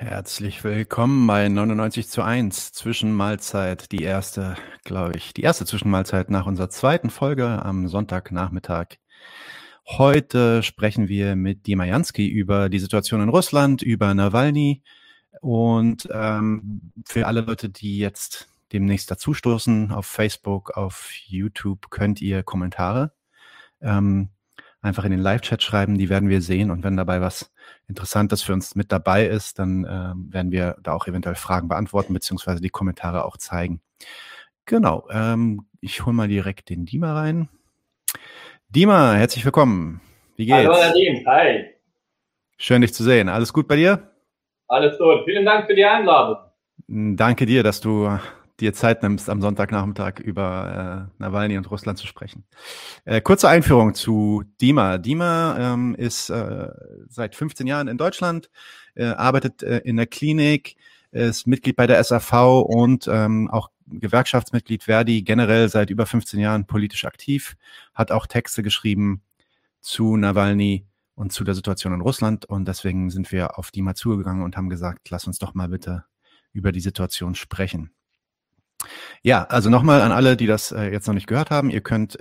Herzlich willkommen bei 99:1 Zwischenmahlzeit, die erste Zwischenmahlzeit nach unserer zweiten Folge am Sonntagnachmittag. Heute sprechen wir mit Dima Jansky über die Situation in Russland, über Nawalny und für alle Leute, die jetzt demnächst dazustoßen auf Facebook, auf YouTube, könnt ihr Kommentare einfach in den Live-Chat schreiben, die werden wir sehen, und wenn dabei was Interessantes für uns mit dabei ist, dann werden wir da auch eventuell Fragen beantworten, beziehungsweise die Kommentare auch zeigen. Genau, ich hole mal direkt den Dima rein. Dima, herzlich willkommen. Wie geht's? Hallo Nadine, hi. Schön, dich zu sehen. Alles gut bei dir? Alles gut. Vielen Dank für die Einladung. Danke dir, dass du dir Zeit nimmst, am Sonntagnachmittag über Nawalny und Russland zu sprechen. Kurze Einführung zu Dima. Dima ist seit 15 Jahren in Deutschland, arbeitet in der Klinik, ist Mitglied bei der SAV und auch Gewerkschaftsmitglied Verdi, generell seit über 15 Jahren politisch aktiv, hat auch Texte geschrieben zu Nawalny und zu der Situation in Russland, und deswegen sind wir auf Dima zugegangen und haben gesagt, lass uns doch mal bitte über die Situation sprechen. Ja, also nochmal an alle, die das jetzt noch nicht gehört haben, ihr könnt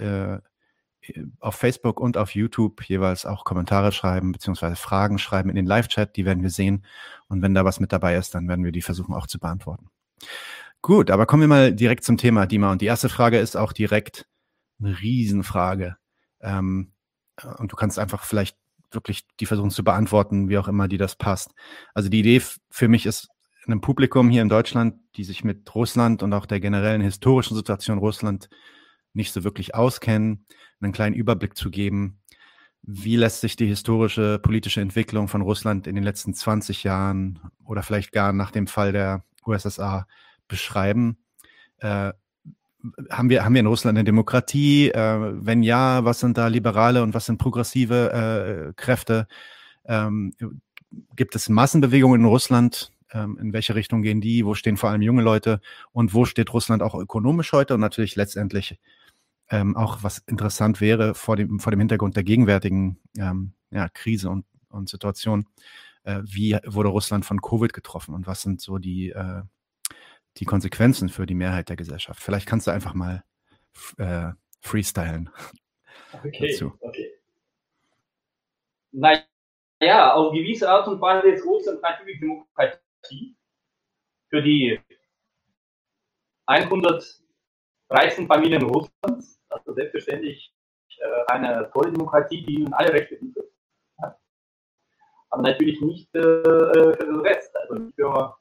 auf Facebook und auf YouTube jeweils auch Kommentare schreiben, beziehungsweise Fragen schreiben in den Live-Chat, die werden wir sehen, und wenn da was mit dabei ist, dann werden wir die versuchen auch zu beantworten. Gut, aber kommen wir mal direkt zum Thema, Dima, und die erste Frage ist auch direkt eine Riesenfrage, und du kannst einfach vielleicht wirklich die versuchen zu beantworten, wie auch immer dir das passt. Also die Idee für mich ist, einem Publikum hier in Deutschland, die sich mit Russland und auch der generellen historischen Situation Russland nicht so wirklich auskennen, einen kleinen Überblick zu geben. Wie lässt sich die historische politische Entwicklung von Russland in den letzten 20 Jahren oder vielleicht gar nach dem Fall der USSR beschreiben? Haben wir in Russland eine Demokratie? Wenn ja, was sind da liberale und was sind progressive Kräfte? Gibt es Massenbewegungen in Russland? In welche Richtung gehen die? Wo stehen vor allem junge Leute? Und wo steht Russland auch ökonomisch heute? Und natürlich letztendlich auch, was interessant wäre vor dem Hintergrund der gegenwärtigen Krise und Situation. Wie wurde Russland von Covid getroffen und was sind so die Konsequenzen für die Mehrheit der Gesellschaft? Vielleicht kannst du einfach mal freestylen. Okay. Naja, auf gewisse Art und Weise ist Russland natürlich Demokratie. Für die 100 reichsten Familien Russlands, also selbstverständlich eine tolle Demokratie, die ihnen alle Rechte bietet. Ja. Aber natürlich nicht für den Rest, also nicht für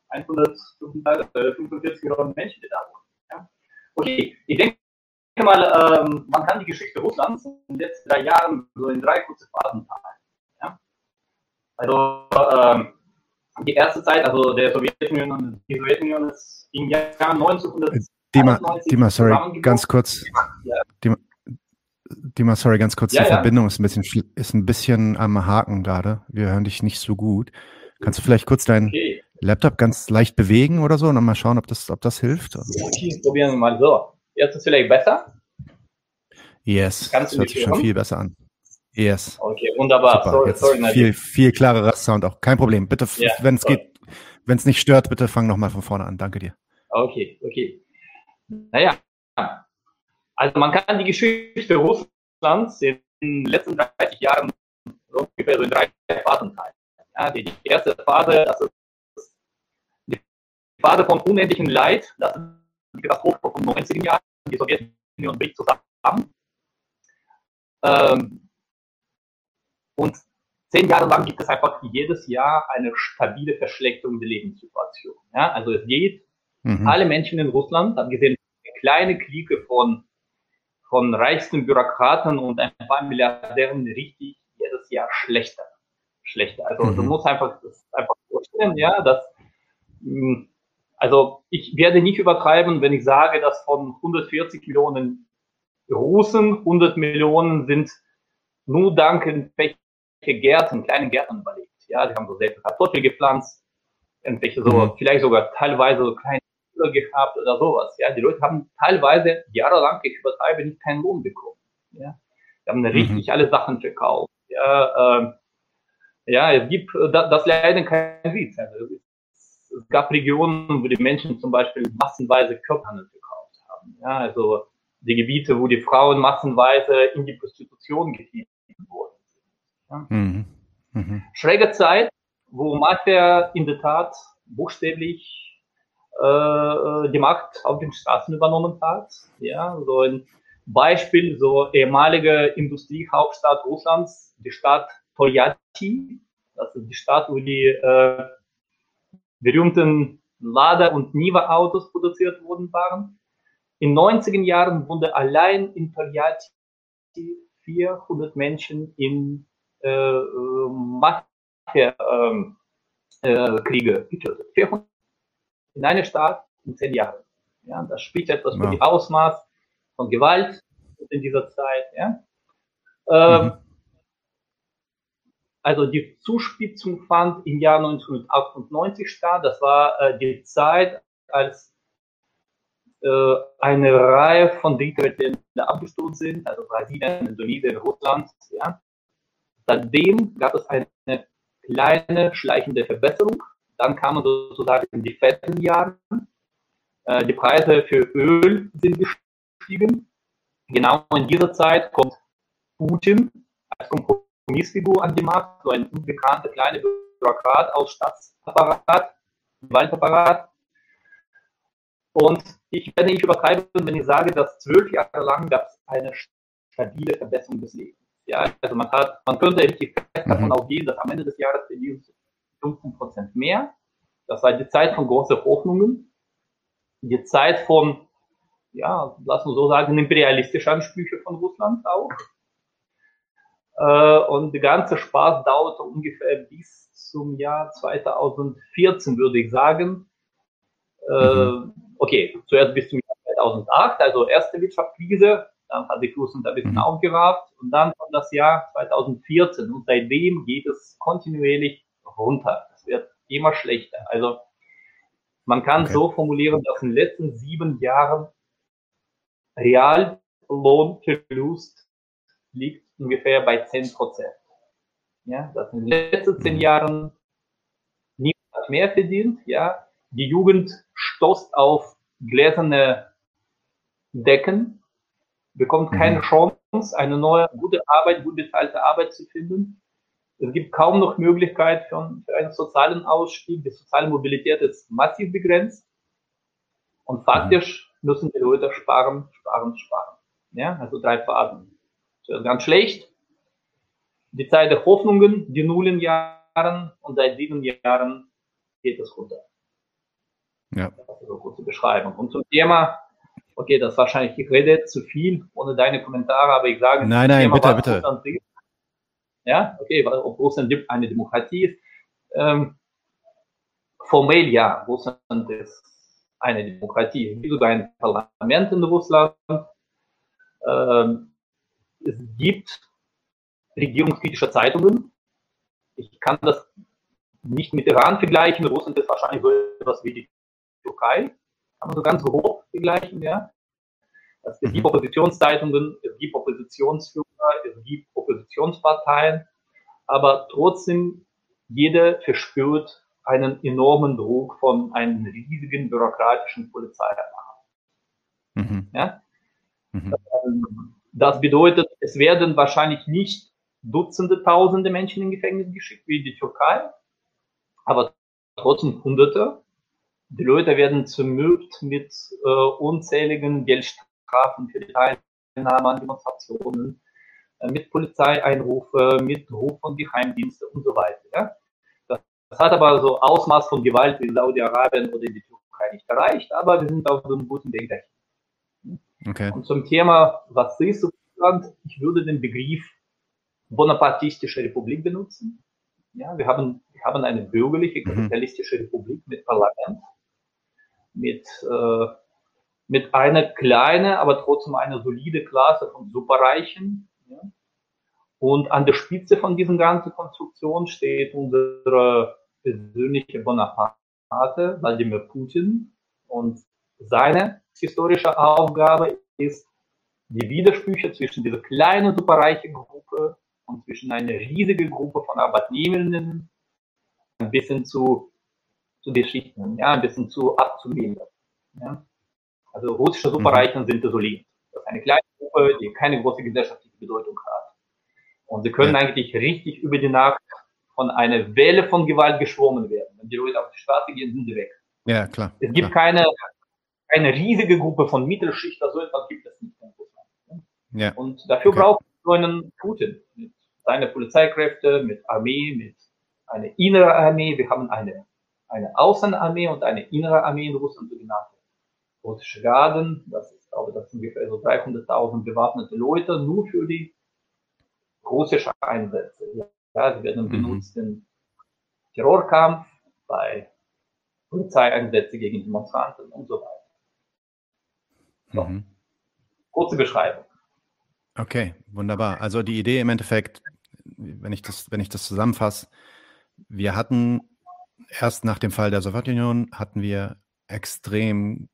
145 Millionen Menschen, die da wohnen. Ja. Okay, ich denke mal, man kann die Geschichte Russlands in den letzten 3 Jahren so in 3 kurze Phasen teilen. Ja. Also die erste Zeit, also die Sowjetunion ist im Jahr 1991. Dima, sorry, ganz kurz. Ja. Dima, sorry, ganz kurz. Ja, die Verbindung ist ein bisschen am Haken gerade. Wir hören dich nicht so gut. Kannst du vielleicht kurz deinen Laptop ganz leicht bewegen oder so und dann mal schauen, ob das hilft? Okay, probieren wir mal so. Jetzt ist es vielleicht besser? Yes, das hört sich schon viel besser an. Yes. Okay, wunderbar. Sorry, viel klarerer Sound auch. Kein Problem. Bitte, wenn es geht, wenn es nicht stört, bitte fang nochmal von vorne an. Danke dir. Okay. Naja, also man kann die Geschichte Russlands in den letzten 30 Jahren ungefähr so in 3 Phasen teilen. Ja, die erste Phase, das ist die Phase von unendlichem Leid, das ist die Katastrophe von den 90er Jahren, die Sowjetunion bricht zusammen. Und 10 Jahre lang gibt es einfach jedes Jahr eine stabile Verschlechterung der Lebenssituation. Ja, also es geht alle Menschen in Russland, abgesehen von einer kleinen Clique von reichsten Bürokraten und ein paar Milliardären, richtig jedes Jahr schlechter. Also du musst einfach vorstellen, ja, dass also ich werde nicht übertreiben, wenn ich sage, dass von 140 Millionen Russen 100 Millionen sind nur dank irgendwelche Gärten, kleinen Gärten überlebt. Ja, die haben so selbst Kartoffeln gepflanzt, irgendwelche so, vielleicht sogar teilweise so kleine Tiere gehabt oder sowas. Ja, die Leute haben teilweise jahrelang, ich übertreibe, nicht keinen Lohn bekommen. Ja, die haben richtig alle Sachen verkauft. Ja, es gibt das leider kein Witz. Also es gab Regionen, wo die Menschen zum Beispiel massenweise Körperhandel gekauft haben. Ja, also die Gebiete, wo die Frauen massenweise in die Prostitution getrieben wurden. Ja. Mhm. Mhm. Schräge Zeit, wo Mafia in der Tat buchstäblich die Macht auf den Straßen übernommen hat. Ja, so ein Beispiel, so ehemalige Industriehauptstadt Russlands, die Stadt Tolyatti. Das ist die Stadt, wo die berühmten Lada- und Niva-Autos produziert worden waren. In 90er Jahren wurde allein in Tolyatti 400 Menschen in Mafia-Kriege getötet. 400 in einer Stadt in 10 Jahren. Ja, das spielt etwas für die Ausmaß von Gewalt in dieser Zeit. Ja. Also die Zuspitzung fand im Jahr 1998 statt. Das war die Zeit, als eine Reihe von Diktaturländern abgestürzt sind, also Brasilien, Indonesien, Russland. Ja. Seitdem gab es eine kleine schleichende Verbesserung. Dann kamen sozusagen die fetten Jahre. Die Preise für Öl sind gestiegen. Genau in dieser Zeit kommt Putin als Kompromissfigur an die Macht, so ein unbekannter kleiner Bürokrat aus Staatsapparat, Gewaltapparat. Und ich werde nicht übertreiben, wenn ich sage, dass 12 Jahre lang gab es eine stabile Verbesserung des Lebens. Ja, also man könnte richtig fest davon ausgehen, dass am Ende des Jahres die Lebens 15% mehr. Das war die Zeit von großen Hoffnungen, die Zeit von, ja, lassen wir so sagen, imperialistischen Ansprüche von Russland auch. Und der ganze Spaß dauerte ungefähr bis zum Jahr 2014, würde ich sagen. Okay, zuerst bis zum Jahr 2008, also erste Wirtschaftskrise, dann hat sich Russland ein bisschen aufgerafft und dann kommt das Jahr 2014 und seitdem geht es kontinuierlich runter. Es wird immer schlechter. Also man kann so formulieren, dass in den letzten 7 Jahren Reallohnverlust liegt ungefähr bei 10%. Ja, dass in den letzten 10 Jahren niemand hat mehr verdient. Ja, die Jugend stoßt auf gläserne Decken, bekommt keine Chance, eine neue, gute Arbeit, gut bezahlte Arbeit zu finden. Es gibt kaum noch Möglichkeit für einen sozialen Ausstieg. Die soziale Mobilität ist massiv begrenzt. Und faktisch müssen die Leute sparen. Ja, also 3 Phasen. Das ist ganz schlecht. Die Zeit der Hoffnungen, die Nullenjahren und seit 7 Jahren geht es runter. Ja. Das ist so kurze Beschreibung. Und zum Thema, okay, das ist wahrscheinlich, ich rede zu viel ohne deine Kommentare, aber ich sage, nein, bitte. Ja, okay, weil ob Russland eine Demokratie ist. Formell ja, Russland ist eine Demokratie. Es gibt sogar ein Parlament in Russland. Es gibt regierungskritische Zeitungen. Ich kann das nicht mit Iran vergleichen. Russland ist wahrscheinlich so etwas wie die Türkei. Kann man so ganz grob vergleichen, ja. Es gibt Oppositionszeitungen, es gibt Oppositionsführer, es gibt Oppositionsparteien, aber trotzdem jeder verspürt einen enormen Druck von einem riesigen bürokratischen Polizeiapparat. Ja? Das bedeutet, es werden wahrscheinlich nicht Dutzende, Tausende Menschen in Gefängnis geschickt wie die Türkei, aber trotzdem Hunderte. Die Leute werden zermürbt mit unzähligen Geldstrafen für die Teilnahme an Demonstrationen, mit Polizeieinrufe, mit Ruf von Geheimdiensten und so weiter. Ja? Das hat aber so Ausmaß von Gewalt wie Saudi-Arabien oder die Türkei nicht erreicht, aber wir sind auf so einem guten Weg dahin. Okay. Und zum Thema, was ist Russland? Ich würde den Begriff bonapartistische Republik benutzen. Ja, wir haben eine bürgerliche, kapitalistische Republik mit Parlament, mit einer kleinen, aber trotzdem eine solide Klasse von Superreichen. Ja. Und an der Spitze von diesen ganzen Konstruktionen steht unsere persönliche Bonaparte, Wladimir Putin. Und seine historische Aufgabe ist, die Widersprüche zwischen dieser kleinen superreichen Gruppe und zwischen einer riesigen Gruppe von Arbeitnehmerinnen ein bisschen zu zu beschichten, ja, ein bisschen zu abzumildern. Ja. Also russische Superreichen sind isoliert. Das ist eine kleine Gruppe, die keine große gesellschaftliche Bedeutung hat. Und sie können eigentlich richtig über die Nacht von einer Welle von Gewalt geschwommen werden. Wenn die Leute auf die Straße gehen, sind sie weg. Ja, klar. Es gibt keine riesige Gruppe von Mittelschicht, so etwas gibt es nicht in Russland. Ja. Und dafür braucht es so einen Putin mit seinen Polizeikräften, mit Armee, mit einer inneren Armee. Wir haben eine Außenarmee und eine innere Armee in Russland, sogenannte russische Garden. Das ist, glaube ich, das sind ungefähr so 300.000 bewaffnete Leute nur für die russischen Einsätze. Ja, sie werden benutzt im Terrorkampf, bei Polizeieinsätzen gegen Demonstranten und so weiter. So. Kurze Beschreibung. Okay, wunderbar. Also die Idee im Endeffekt, wenn ich das zusammenfasse, wir hatten erst nach dem Fall der Sowjetunion extrem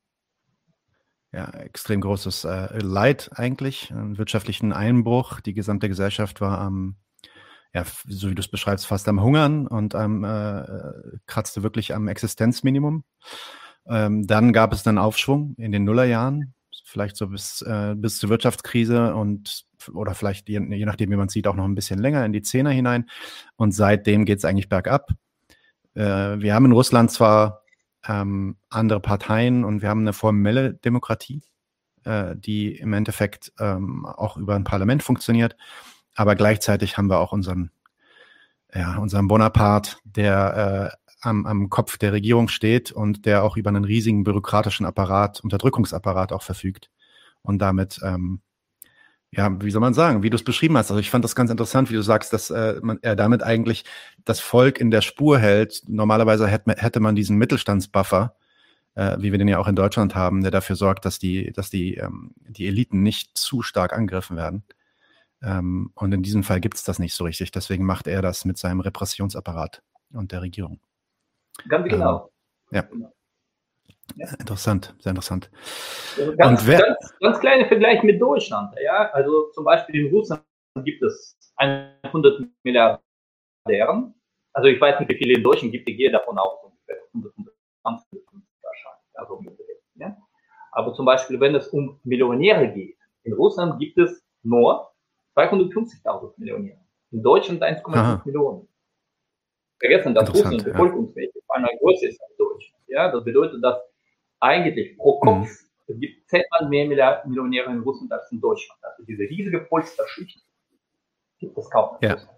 großes Leid eigentlich, einen wirtschaftlichen Einbruch. Die gesamte Gesellschaft war so wie du es beschreibst, fast am Hungern und kratzte wirklich am Existenzminimum. Dann gab es einen Aufschwung in den Nullerjahren, vielleicht so bis zur Wirtschaftskrise oder vielleicht, je nachdem, wie man sieht, auch noch ein bisschen länger in die Zehner hinein. Und seitdem geht es eigentlich bergab. Wir haben in Russland zwar andere Parteien und wir haben eine formelle Demokratie, die im Endeffekt auch über ein Parlament funktioniert. Aber gleichzeitig haben wir auch unseren Bonaparte, der am Kopf der Regierung steht und der auch über einen riesigen bürokratischen Unterdrückungsapparat auch verfügt. Und damit, wie soll man sagen, wie du es beschrieben hast. Also ich fand das ganz interessant, wie du sagst, dass er damit eigentlich das Volk in der Spur hält. Normalerweise hätte man diesen Mittelstandsbuffer, wie wir den ja auch in Deutschland haben, der dafür sorgt, dass die Eliten nicht zu stark angegriffen werden. Und in diesem Fall gibt es das nicht so richtig. Deswegen macht er das mit seinem Repressionsapparat und der Regierung. Ganz genau. Ja. Interessant, sehr interessant. Also ganz kleiner Vergleich mit Deutschland. Ja? Also zum Beispiel in Russland gibt es 100 Milliardären. Also ich weiß nicht, wie viele in Deutschland gibt, ich gehe davon aus, ungefähr 120 wahrscheinlich. Also ungefähr, ja? Aber zum Beispiel, wenn es um Millionäre geht, in Russland gibt es nur 250.000 Millionäre. In Deutschland 1,5 Millionen. Vergessen, dass Russland bevölkerungsfähig ist, einmal größer ist als Deutschland. Ja, das bedeutet, dass eigentlich pro Kopf es gibt 10-mal mehr Millionäre in Russland als in Deutschland. Also diese riesige Polsterschicht gibt es kaum in Russland.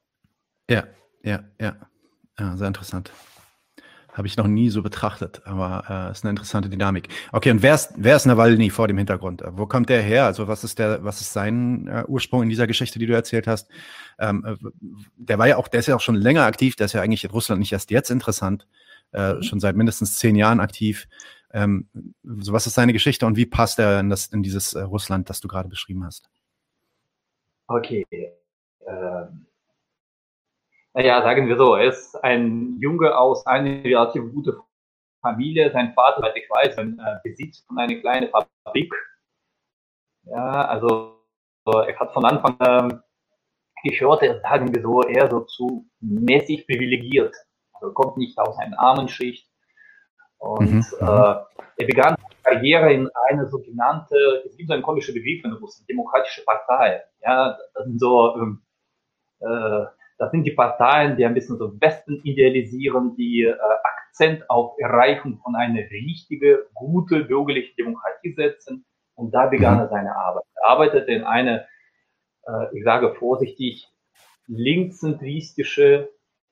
Ja, sehr interessant. Habe ich noch nie so betrachtet, aber ist eine interessante Dynamik. Okay, und wer ist Nawalny vor dem Hintergrund? Wo kommt der her? Also was ist sein Ursprung in dieser Geschichte, die du erzählt hast? Der ist ja auch schon länger aktiv, der ist ja eigentlich in Russland nicht erst jetzt interessant, schon seit mindestens 10 Jahren aktiv. So was ist seine Geschichte und wie passt er in dieses Russland, das du gerade beschrieben hast? Okay. Naja, sagen wir so, er ist ein Junge aus einer relativ guten Familie. Sein Vater, soweit ich weiß, besitzt von einer kleinen Fabrik. Ja, also er hat von Anfang an gehört, sagen wir so, eher so zu mäßig privilegiert. Also er kommt nicht aus einer armen Schicht. Und er begann seine Karriere in eine sogenannte, es gibt so einen komischen Begriff in Russland, demokratische Partei. Ja, das sind so das sind die Parteien, die ein bisschen so Westen idealisieren, die Akzent auf Erreichung von einer richtigen, gute bürgerliche Demokratie setzen. Und da begann er seine Arbeit. Er arbeitete in eine, ich sage vorsichtig, linksliberale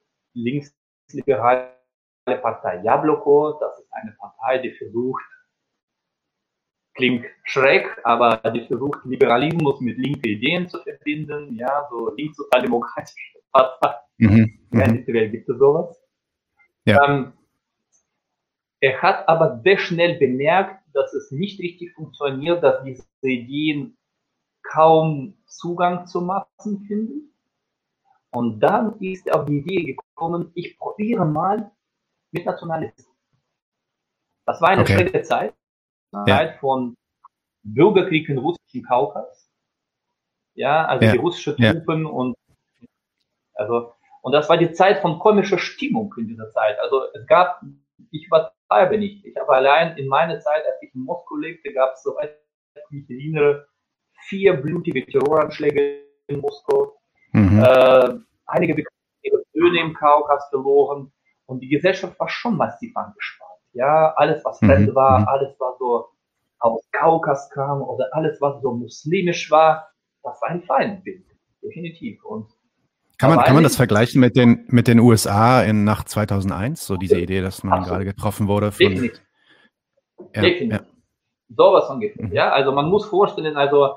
Partei Jabloko. Das ist eine Partei, die versucht, klingt schräg, aber die versucht, Liberalismus mit linken Ideen zu verbinden. Ja, so linkssozialdemokratische Partei. In der Welt gibt es sowas. Ja. Er hat aber sehr schnell bemerkt, dass es nicht richtig funktioniert, dass diese Ideen kaum Zugang zur Massen finden. Und dann ist er auf die Idee gekommen, ich probiere mal mit Nationalismus. Das war eine schwere Zeit. Zeit von Bürgerkrieg im russischen Kaukas. Ja, also die russischen Truppen und das war die Zeit von komischer Stimmung in dieser Zeit. Also es gab ich übertreibe nicht. Ich habe allein in meiner Zeit, als ich in Moskau lebte, gab es, soweit ich mich erinnere, 4 blutige Terroranschläge in Moskau. Einige bekannte ihre Söhne im Kaukas verloren. Und die Gesellschaft war schon massiv angespannt. Ja, alles, was fremd war, alles, was so aus Kaukas kam oder alles, was so muslimisch war, das war ein Feindbild. Definitiv. Und kann man das vergleichen mit den USA nach 2001? So diese Idee, dass man gerade getroffen wurde von... Definitiv. Definitiv. Ja. Sowas ungefähr. Ja, also man muss vorstellen, also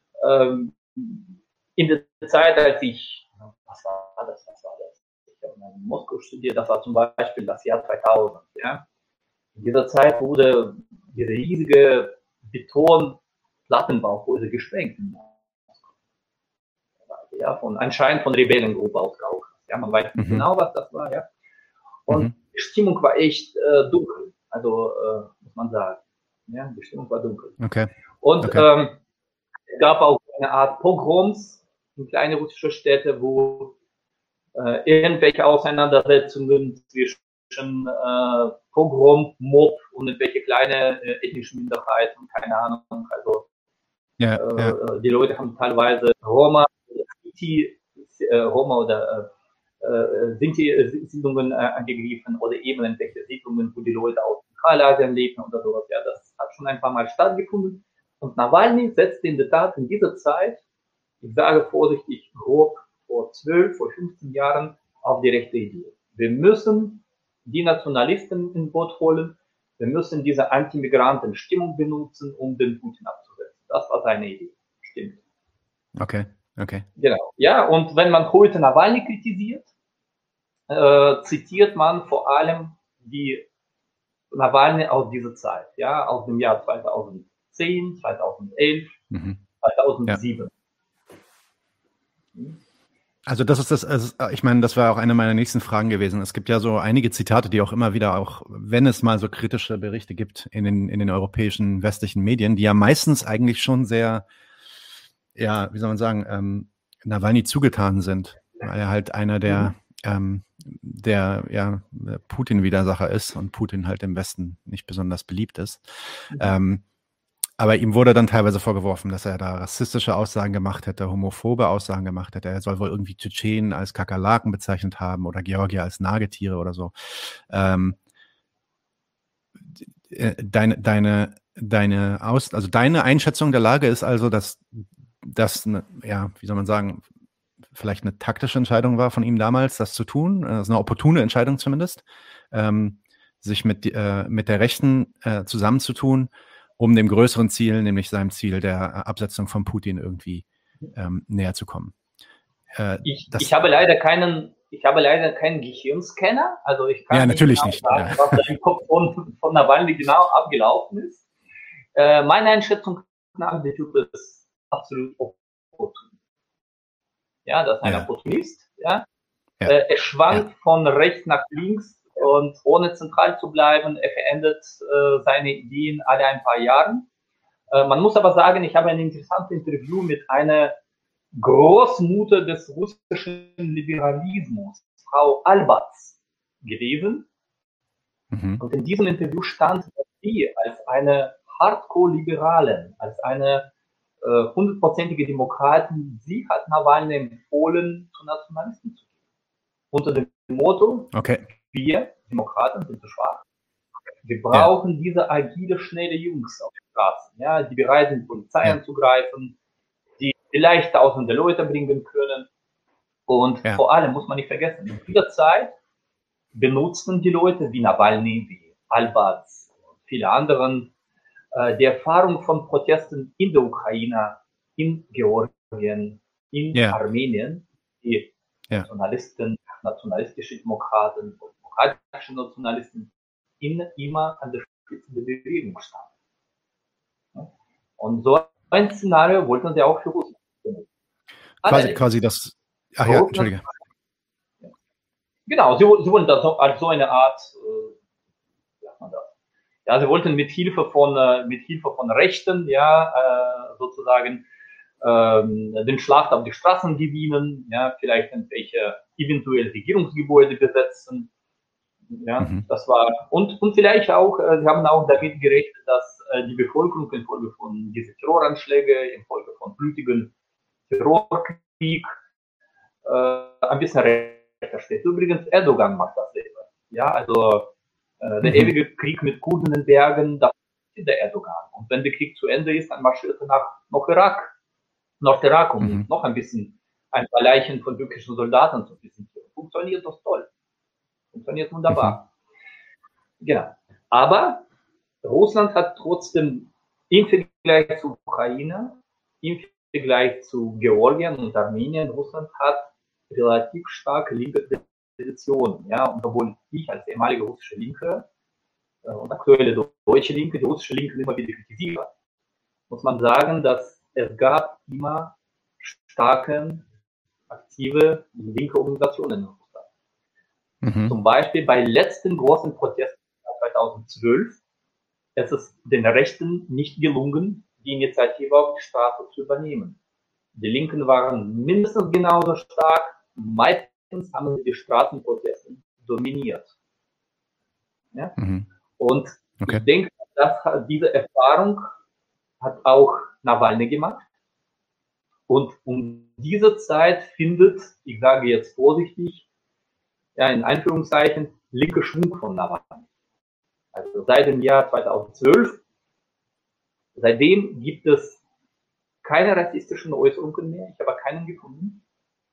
in der Zeit, als ich, was war das? Ich habe in Moskau studiert, das war zum Beispiel das Jahr 2000. Ja. In dieser Zeit wurde diese riesige Betonplattenbauhäuser gesprengt. Ja, anscheinend von Rebellengruppe aus Kaukas. Ja, man weiß nicht genau, was das war. Ja. Und die Stimmung war echt dunkel, also muss man sagen. Ja, die Stimmung war dunkel. Okay. Und es gab auch eine Art Pogroms in kleine russische Städte, wo irgendwelche Auseinandersetzungen zwischen Pogrom-Mob und irgendwelche kleine ethnische Minderheiten, keine Ahnung. Also die Leute haben teilweise Roma oder Sinti-Siedlungen angegriffen oder eben irgendwelche Siedlungen, wo die Leute aus Zentralasien leben oder sowas. Ja, das hat schon ein paar Mal stattgefunden. Und Nawalny setzte in der Tat in dieser Zeit, ich sage vorsichtig, grob vor 15 Jahren auf die rechte Idee. Wir müssen die Nationalisten ins Boot holen. Wir müssen diese Anti-Migranten-Stimmung benutzen, um den Putin abzusetzen. Das war seine Idee. Stimmt. Okay. Genau. Ja, und wenn man heute Nawalny kritisiert, zitiert man vor allem die Nawalny aus dieser Zeit, ja, aus dem Jahr 2010, 2011, 2007. Ja. Also das ist das, ich meine, das war auch eine meiner nächsten Fragen gewesen. Es gibt ja so einige Zitate, die auch immer wieder, auch wenn es mal so kritische Berichte gibt in den europäischen westlichen Medien, die ja meistens eigentlich schon sehr, ja, wie soll man sagen, Nawalny zugetan sind, weil er halt einer der Putin-Widersacher ist und Putin halt im Westen nicht besonders beliebt ist. Aber ihm wurde dann teilweise vorgeworfen, dass er da rassistische Aussagen gemacht hätte, homophobe Aussagen gemacht hätte. Er soll wohl irgendwie Tschetschenen als Kakerlaken bezeichnet haben oder Georgier als Nagetiere oder so. Deine Einschätzung der Lage ist also, dass das, wie soll man sagen, vielleicht eine taktische Entscheidung war von ihm damals, das zu tun, das ist eine opportune Entscheidung zumindest, sich mit der Rechten zusammenzutun, um dem größeren Ziel, nämlich seinem Ziel der Absetzung von Putin irgendwie näher zu kommen. Ich habe leider keinen Gehirnscanner, also ich kann natürlich nicht sagen, was da im Kopf von Nawalny genau abgelaufen ist. Meine Einschätzung nach, der Typ ist absolut opportun. Ja, das ist ein Opportunist. Ja. Er schwankt von rechts nach links und ohne zentral zu bleiben, er verändert seine Ideen alle ein paar Jahre. Man muss aber sagen, ich habe ein interessantes Interview mit einer Großmutter des russischen Liberalismus, Frau Albatz, gelesen. Und in diesem Interview stand sie als eine Hardcore-Liberalin, als eine 100%ige Demokraten, sie hat Nawalny empfohlen, zu Nationalisten zu gehen. Unter dem Motto, wir Demokraten sind zu schwach. Wir brauchen diese agile, schnelle Jungs auf den Straßen, ja, die bereit sind, Polizei anzugreifen, die vielleicht tausende Leute bringen können. Und vor allem muss man nicht vergessen, in dieser Zeit benutzten die Leute wie Nawalny, wie Albatz und viele anderen die Erfahrung von Protesten in der Ukraine, in Georgien, in Armenien, die Nationalisten, nationalistische Demokraten, demokratische Nationalisten immer an der Spitze der Bewegung standen. Und so ein Szenario wollten sie auch für Russland benutzen. Quasi das. Ach ja, Entschuldige. Genau, sie wollten das als so eine Art, wie sagt man das? Ja, sie wollten mit Hilfe von Rechten, sozusagen den Schlacht auf die Straßen gewinnen, ja, vielleicht irgendwelche eventuell Regierungsgebäude besetzen. Ja, das war, und vielleicht auch, sie haben auch damit gerechnet, dass die Bevölkerung infolge von diesen Terroranschlägen, infolge von blutigen Terrorkrieg, ein bisschen rechter steht. Übrigens, Erdogan macht das selber. Ja, also der ewige Krieg mit Kurden in den Bergen, das ist der Erdogan. Und wenn der Krieg zu Ende ist, dann marschiert er nach Nordirak, um noch ein paar Leichen von türkischen Soldaten zu präsentieren. Funktioniert das toll. Funktioniert wunderbar. Genau. Aber Russland hat trotzdem im Vergleich zu Ukraine, im Vergleich zu Georgien und Armenien, Russland hat relativ starke linke Positionen. Ja, und obwohl ich als ehemalige russische Linke und aktuelle deutsche Linke, die russische Linke immer wieder kritisiere, muss man sagen, dass es gab immer starke, aktive linke Organisationen in Russland. Zum Beispiel bei letzten großen Protesten 2012 es ist den Rechten nicht gelungen, die Initiative auf die Straße zu übernehmen. Die Linken waren mindestens genauso stark, meistens haben sie die Straßenproteste dominiert. Ja? Und ich denke, dass diese Erfahrung hat auch Nawalny gemacht. Und um diese Zeit findet, ich sage jetzt vorsichtig, ja, in Anführungszeichen, linke Schwung von Nawalny. Also seit dem Jahr 2012, seitdem gibt es keine rassistischen Äußerungen mehr. Ich habe keinen gefunden.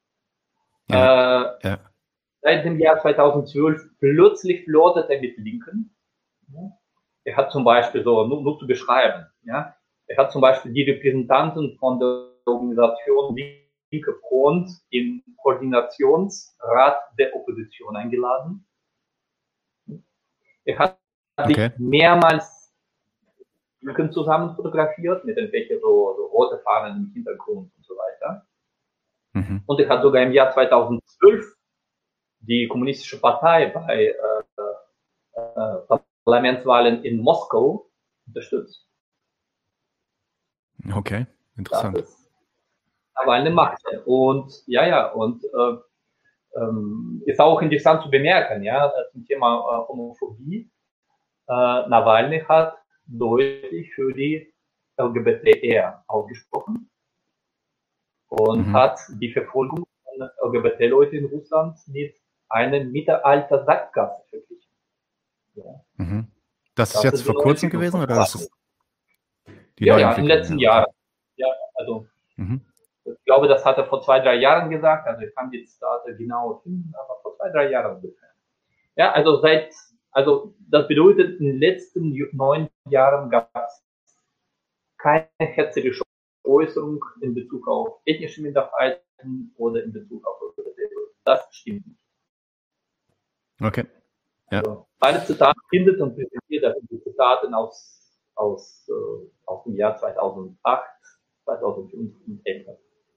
Seit dem Jahr 2012 plötzlich flirtet er mit Linken. Er hat zum Beispiel so, nur zu beschreiben, ja, er hat zum Beispiel die Repräsentanten von der Organisation Linke Front im Koordinationsrat der Opposition eingeladen. Er hat sich mehrmals Linken zusammen fotografiert, mit irgendwelchen so rote Fahnen im Hintergrund und so weiter. Und er hat sogar im Jahr 2012 die kommunistische Partei bei Parlamentswahlen in Moskau unterstützt. Okay, interessant. Das ist aber eine Macht. Und und ist auch interessant zu bemerken, ja, zum Thema Homophobie. Nawalny hat deutlich für die LGBTR ausgesprochen und hat die Verfolgung von LGBT-Leuten in Russland mit einer Mittelalter-Sackgasse verglichen. Ja. Das ist jetzt vor kurzem gewesen, oder ist es in den letzten Jahren. Ja, also ich glaube, das hat er vor 2-3 Jahren gesagt, also ich kann die Zitate genau finden, aber vor 2-3 Jahren ungefähr. Ja, also das bedeutet, in den letzten 9 Jahren gab es keine hetzerische Äußerung in Bezug auf ethnische Minderheiten oder in Bezug auf LGBT. Das stimmt nicht. Okay. Ja. Also, alle Zitate findet und präsentiert, das sind die Zitate aus dem Jahr 2008, 2005 und älter.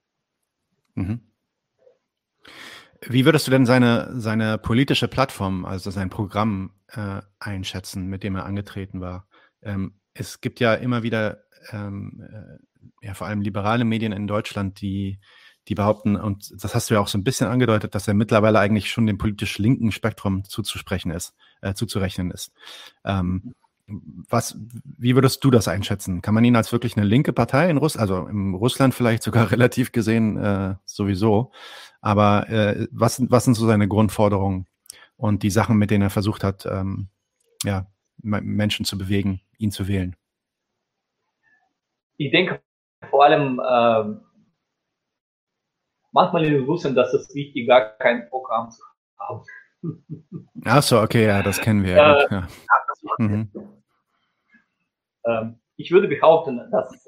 Wie würdest du denn seine politische Plattform, also sein Programm einschätzen, mit dem er angetreten war? Es gibt ja immer wieder vor allem liberale Medien in Deutschland, die behaupten, und das hast du ja auch so ein bisschen angedeutet, dass er mittlerweile eigentlich schon dem politisch linken Spektrum zuzurechnen ist. Wie würdest du das einschätzen? Kann man ihn als wirklich eine linke Partei in Russland vielleicht sogar relativ gesehen sowieso, aber was sind so seine Grundforderungen und die Sachen, mit denen er versucht hat, Menschen zu bewegen, ihn zu wählen? Ich denke vor allem manchmal in Russland, dass es wichtig, gar kein Programm zu haben. Ach so, okay, ja, das kennen wir ja gut. Ja. Ich würde behaupten, dass,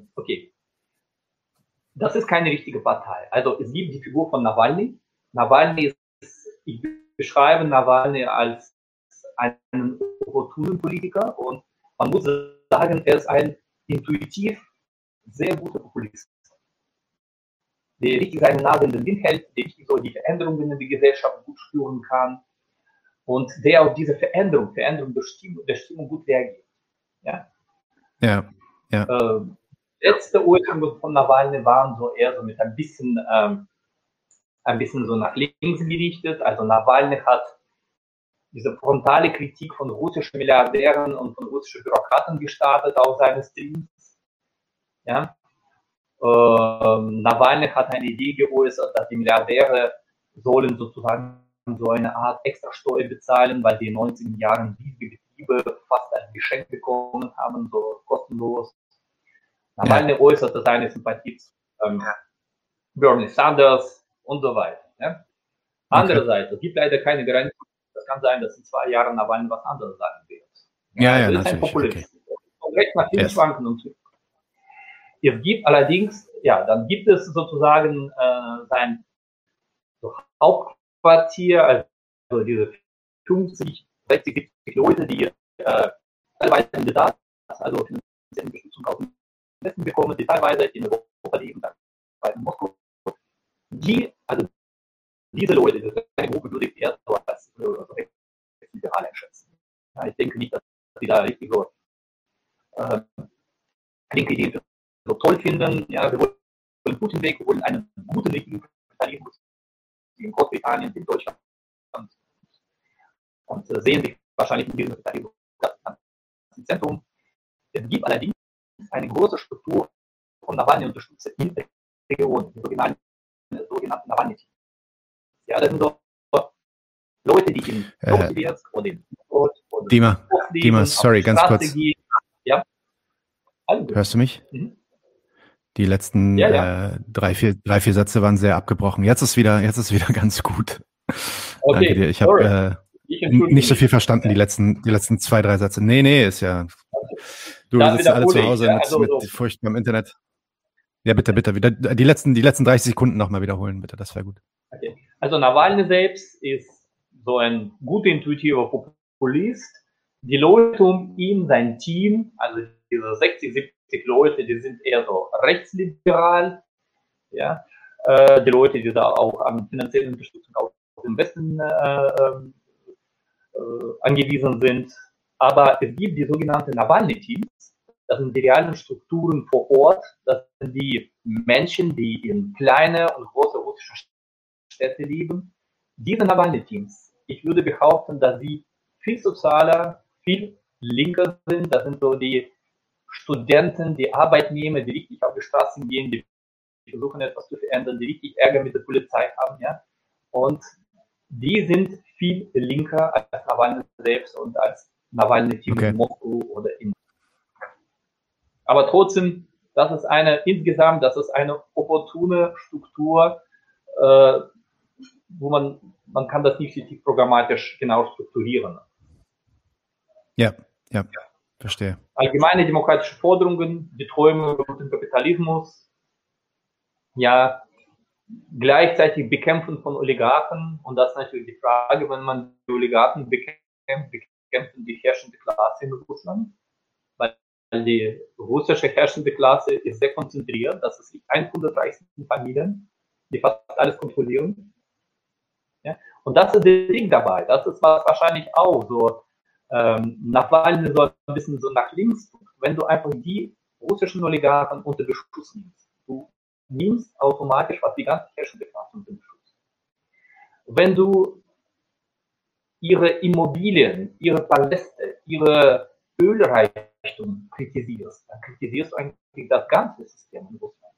das ist keine richtige Partei. Also es gibt die Figur von Nawalny. Ich beschreibe Nawalny als einen opportunen Politiker und man muss sagen, er ist ein intuitiv sehr guter Populist, der richtig seine Nase in den Wind hält, der richtig so die Veränderungen in der Gesellschaft gut spüren kann und der auf diese Veränderung der Stimmung gut reagiert. Ja. Letzte Äußerungen von Nawalny waren so eher so mit ein bisschen so nach links gerichtet. Also Nawalny hat diese frontale Kritik von russischen Milliardären und von russischen Bürokraten gestartet auf seinen Streams. Ja. Nawalny hat eine Idee geäußert, dass die Milliardäre sollen sozusagen so eine Art Extrasteuer bezahlen, weil die in den 90er Jahren riesige Betriebe fast ein Geschenk bekommen haben, so kostenlos. Nawalny äußerte seine Sympathie zu Bernie Sanders und so weiter. Ja. Andererseits, es gibt leider keine Garantie. Das kann sein, dass in 2 Jahren Nawalny was anderes sagen wird. Ja, das ist ein Populist. Von rechts nach links schwanken und so. Es gibt allerdings, dann gibt es sozusagen sein Hauptquartier, also diese 50, 60, 70 Leute, die teilweise in der Tat, also finanzielle Unterstützung aus dem Westen bekommen, die teilweise in Europa leben, teilweise in Moskau. Diese Leute, diese kleine Gruppe würde ich eher so als liberal einschätzen. Ja, ich denke nicht, dass sie da richtig so linke Ideen so toll finden. Ja, wir wollen einen guten Weg, wir wollen einen guten Weg im Kapitalismus, in Großbritannien, in Deutschland und sehen sich wahrscheinlich in diesem Kapitalismus im Zentrum. Es gibt allerdings eine große Struktur von Nawalny-Unterstützer in der Region, die sogenannten Nawalny-Teams. Ja, das sind so Leute, die in Novosibirsk oder in Dima, sorry, ganz kurz. Ja. Hörst du mich? Mhm. Die letzten 3-4 Sätze waren sehr abgebrochen. Jetzt ist wieder ganz gut. Okay, danke dir. Ich habe nicht so viel verstanden, die letzten 2-3 Sätze. Nee, ist ja. Du sitzt ja alle zu Hause mit furchtbarem Internet. Ja, bitte, wieder die letzten 30 Sekunden nochmal wiederholen, bitte, das wäre gut. Okay. Also Nawalny selbst ist so ein guter, intuitiver Populist. Die Leute um ihn, sein Team, also diese 60, 70 Leute, die sind eher so rechtsliberal. Ja? Die Leute, die da auch an finanzielle Unterstützung aus dem Westen angewiesen sind. Aber es gibt die sogenannten Nawalny-Teams. Das sind die realen Strukturen vor Ort. Das sind die Menschen, die in kleine und große russische Städte leben. Diese Nawalny-Teams, ich würde behaupten, dass sie viel sozialer, viel linker sind. Das sind so die Studenten, die Arbeitnehmer, die richtig auf die Straßen gehen, die versuchen etwas zu verändern, die richtig Ärger mit der Polizei haben. Ja? Und die sind viel linker als Nawalny selbst und als Nawalny-Team in Moskau oder in. Aber trotzdem, das ist eine opportune Struktur, wo man kann das nicht richtig programmatisch genau strukturieren. Ja, verstehe. Allgemeine demokratische Forderungen, die Träume über den Kapitalismus, ja, gleichzeitig Bekämpfen von Oligarchen, und das ist natürlich die Frage, wenn man die Oligarchen bekämpfen die herrschende Klasse in Russland, weil die russische herrschende Klasse ist sehr konzentriert, das ist die 100 reichsten Familien, die fast alles kontrollieren. Ja? Und das ist das Ding dabei, das ist wahrscheinlich auch so, Nawalny so ein bisschen so nach links, wenn du einfach die russischen Oligarchen unter Beschuss nimmst. Du nimmst automatisch was die ganze herrschende Klasse unter Beschuss. Wenn du ihre Immobilien, ihre Paläste, ihre Ölreichtum kritisierst, dann kritisierst du eigentlich das ganze System in Russland.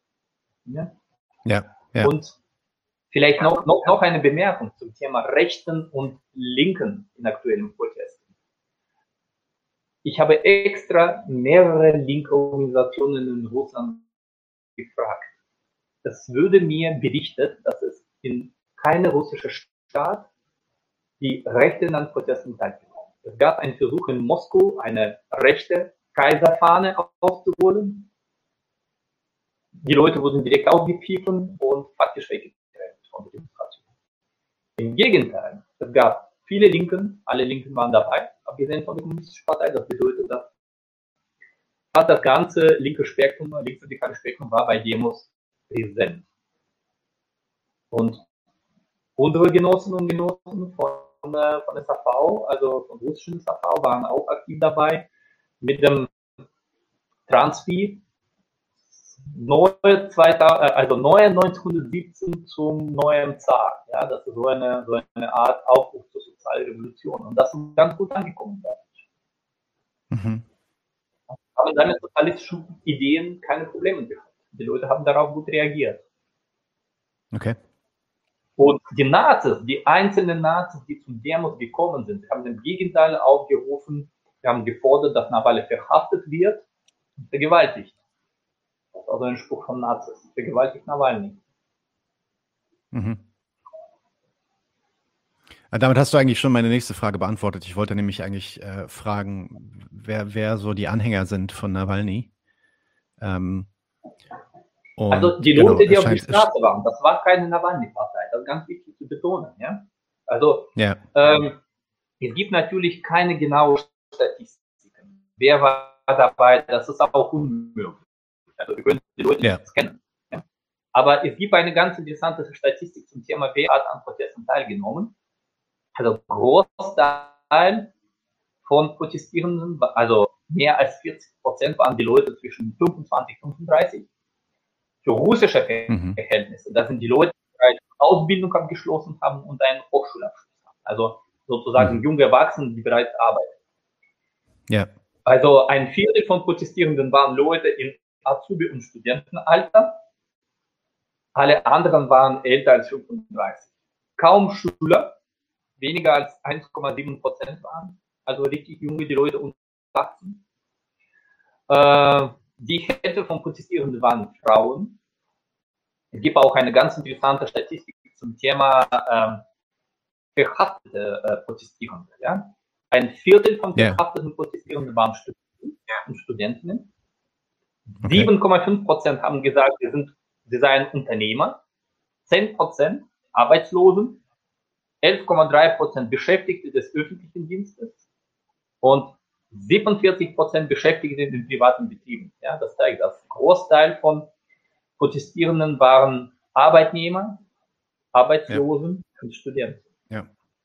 Ja. Und vielleicht noch eine Bemerkung zum Thema Rechten und Linken in aktuellen Protesten. Ich habe extra mehrere linke Organisationen in Russland gefragt. Es würde mir berichtet, dass es in keiner russischen Staat die Rechten an Protesten teilgenommen. Es gab einen Versuch in Moskau, eine rechte Kaiserfahne aufzuholen. Die Leute wurden direkt aufgepfiffen und faktisch weggetrennt von der Demonstration. Im Gegenteil, es gab viele Linken, alle Linken waren dabei, abgesehen von der Kommunistischen Partei. Das bedeutet, dass fast das ganze linke Spektrum, linksradikale Spektrum war bei Demos präsent. Und unsere Genossen und Genossen von SAV, also von russischen SAV, waren auch aktiv dabei. Mit dem Transfi neue 1917 zum neuen Zar. Ja, das ist so eine Art Aufruf zur Sozialrevolution. Und das ist ganz gut angekommen. Mhm. Haben dann mit sozialistischen Ideen keine Probleme gehabt. Die Leute haben darauf gut reagiert. Okay. Und die Nazis, die einzelnen Nazis, die zum Demos gekommen sind, haben im Gegenteil aufgerufen, wir haben gefordert, dass Nawalny verhaftet wird und vergewaltigt. Das ist also ein Spruch von Nazis. Vergewaltigt Nawalny. Mhm. Damit hast du eigentlich schon meine nächste Frage beantwortet. Ich wollte nämlich eigentlich fragen, wer so die Anhänger sind von Nawalny. Also die Leute, die auf die Straße waren, das war keine Nawalny-Partei. Das ist ganz wichtig zu betonen. Ja? Also es gibt natürlich keine genauen Statistiken. Wer war dabei? Das ist auch unmöglich. Also wir können die Leute nicht kennen. Ja? Aber es gibt eine ganz interessante Statistik zum Thema, wer hat an Protesten teilgenommen. Also Großteil von Protestierenden, also mehr als 40% waren die Leute zwischen 25 und 35. Für russische Verhältnisse, das sind die Leute, die eine Ausbildung abgeschlossen haben und einen Hochschulabschluss haben. Also sozusagen junge Erwachsene, die bereits arbeiten. Ja. Also ein Viertel von Protestierenden waren Leute in Azubi- und Studentenalter. Alle anderen waren älter als 35. Kaum Schüler, weniger als 1,7% waren. Also richtig junge, die Leute unter 18. Die Hälfte von Protestierenden waren Frauen. Es gibt auch eine ganz interessante Statistik zum Thema verhaftete Protestierende. Ja? Ein Viertel von verhafteten Protestierenden waren Studenten und Studentinnen. 7,5% haben gesagt, sie seien Unternehmer. 10% Arbeitslosen. 11,3% Beschäftigte des öffentlichen Dienstes. Und 47% Beschäftigte in den privaten Betrieben. Ja, das zeigt, dass ein Großteil von Protestierenden waren Arbeitnehmer, Arbeitslosen und Studenten. Ja.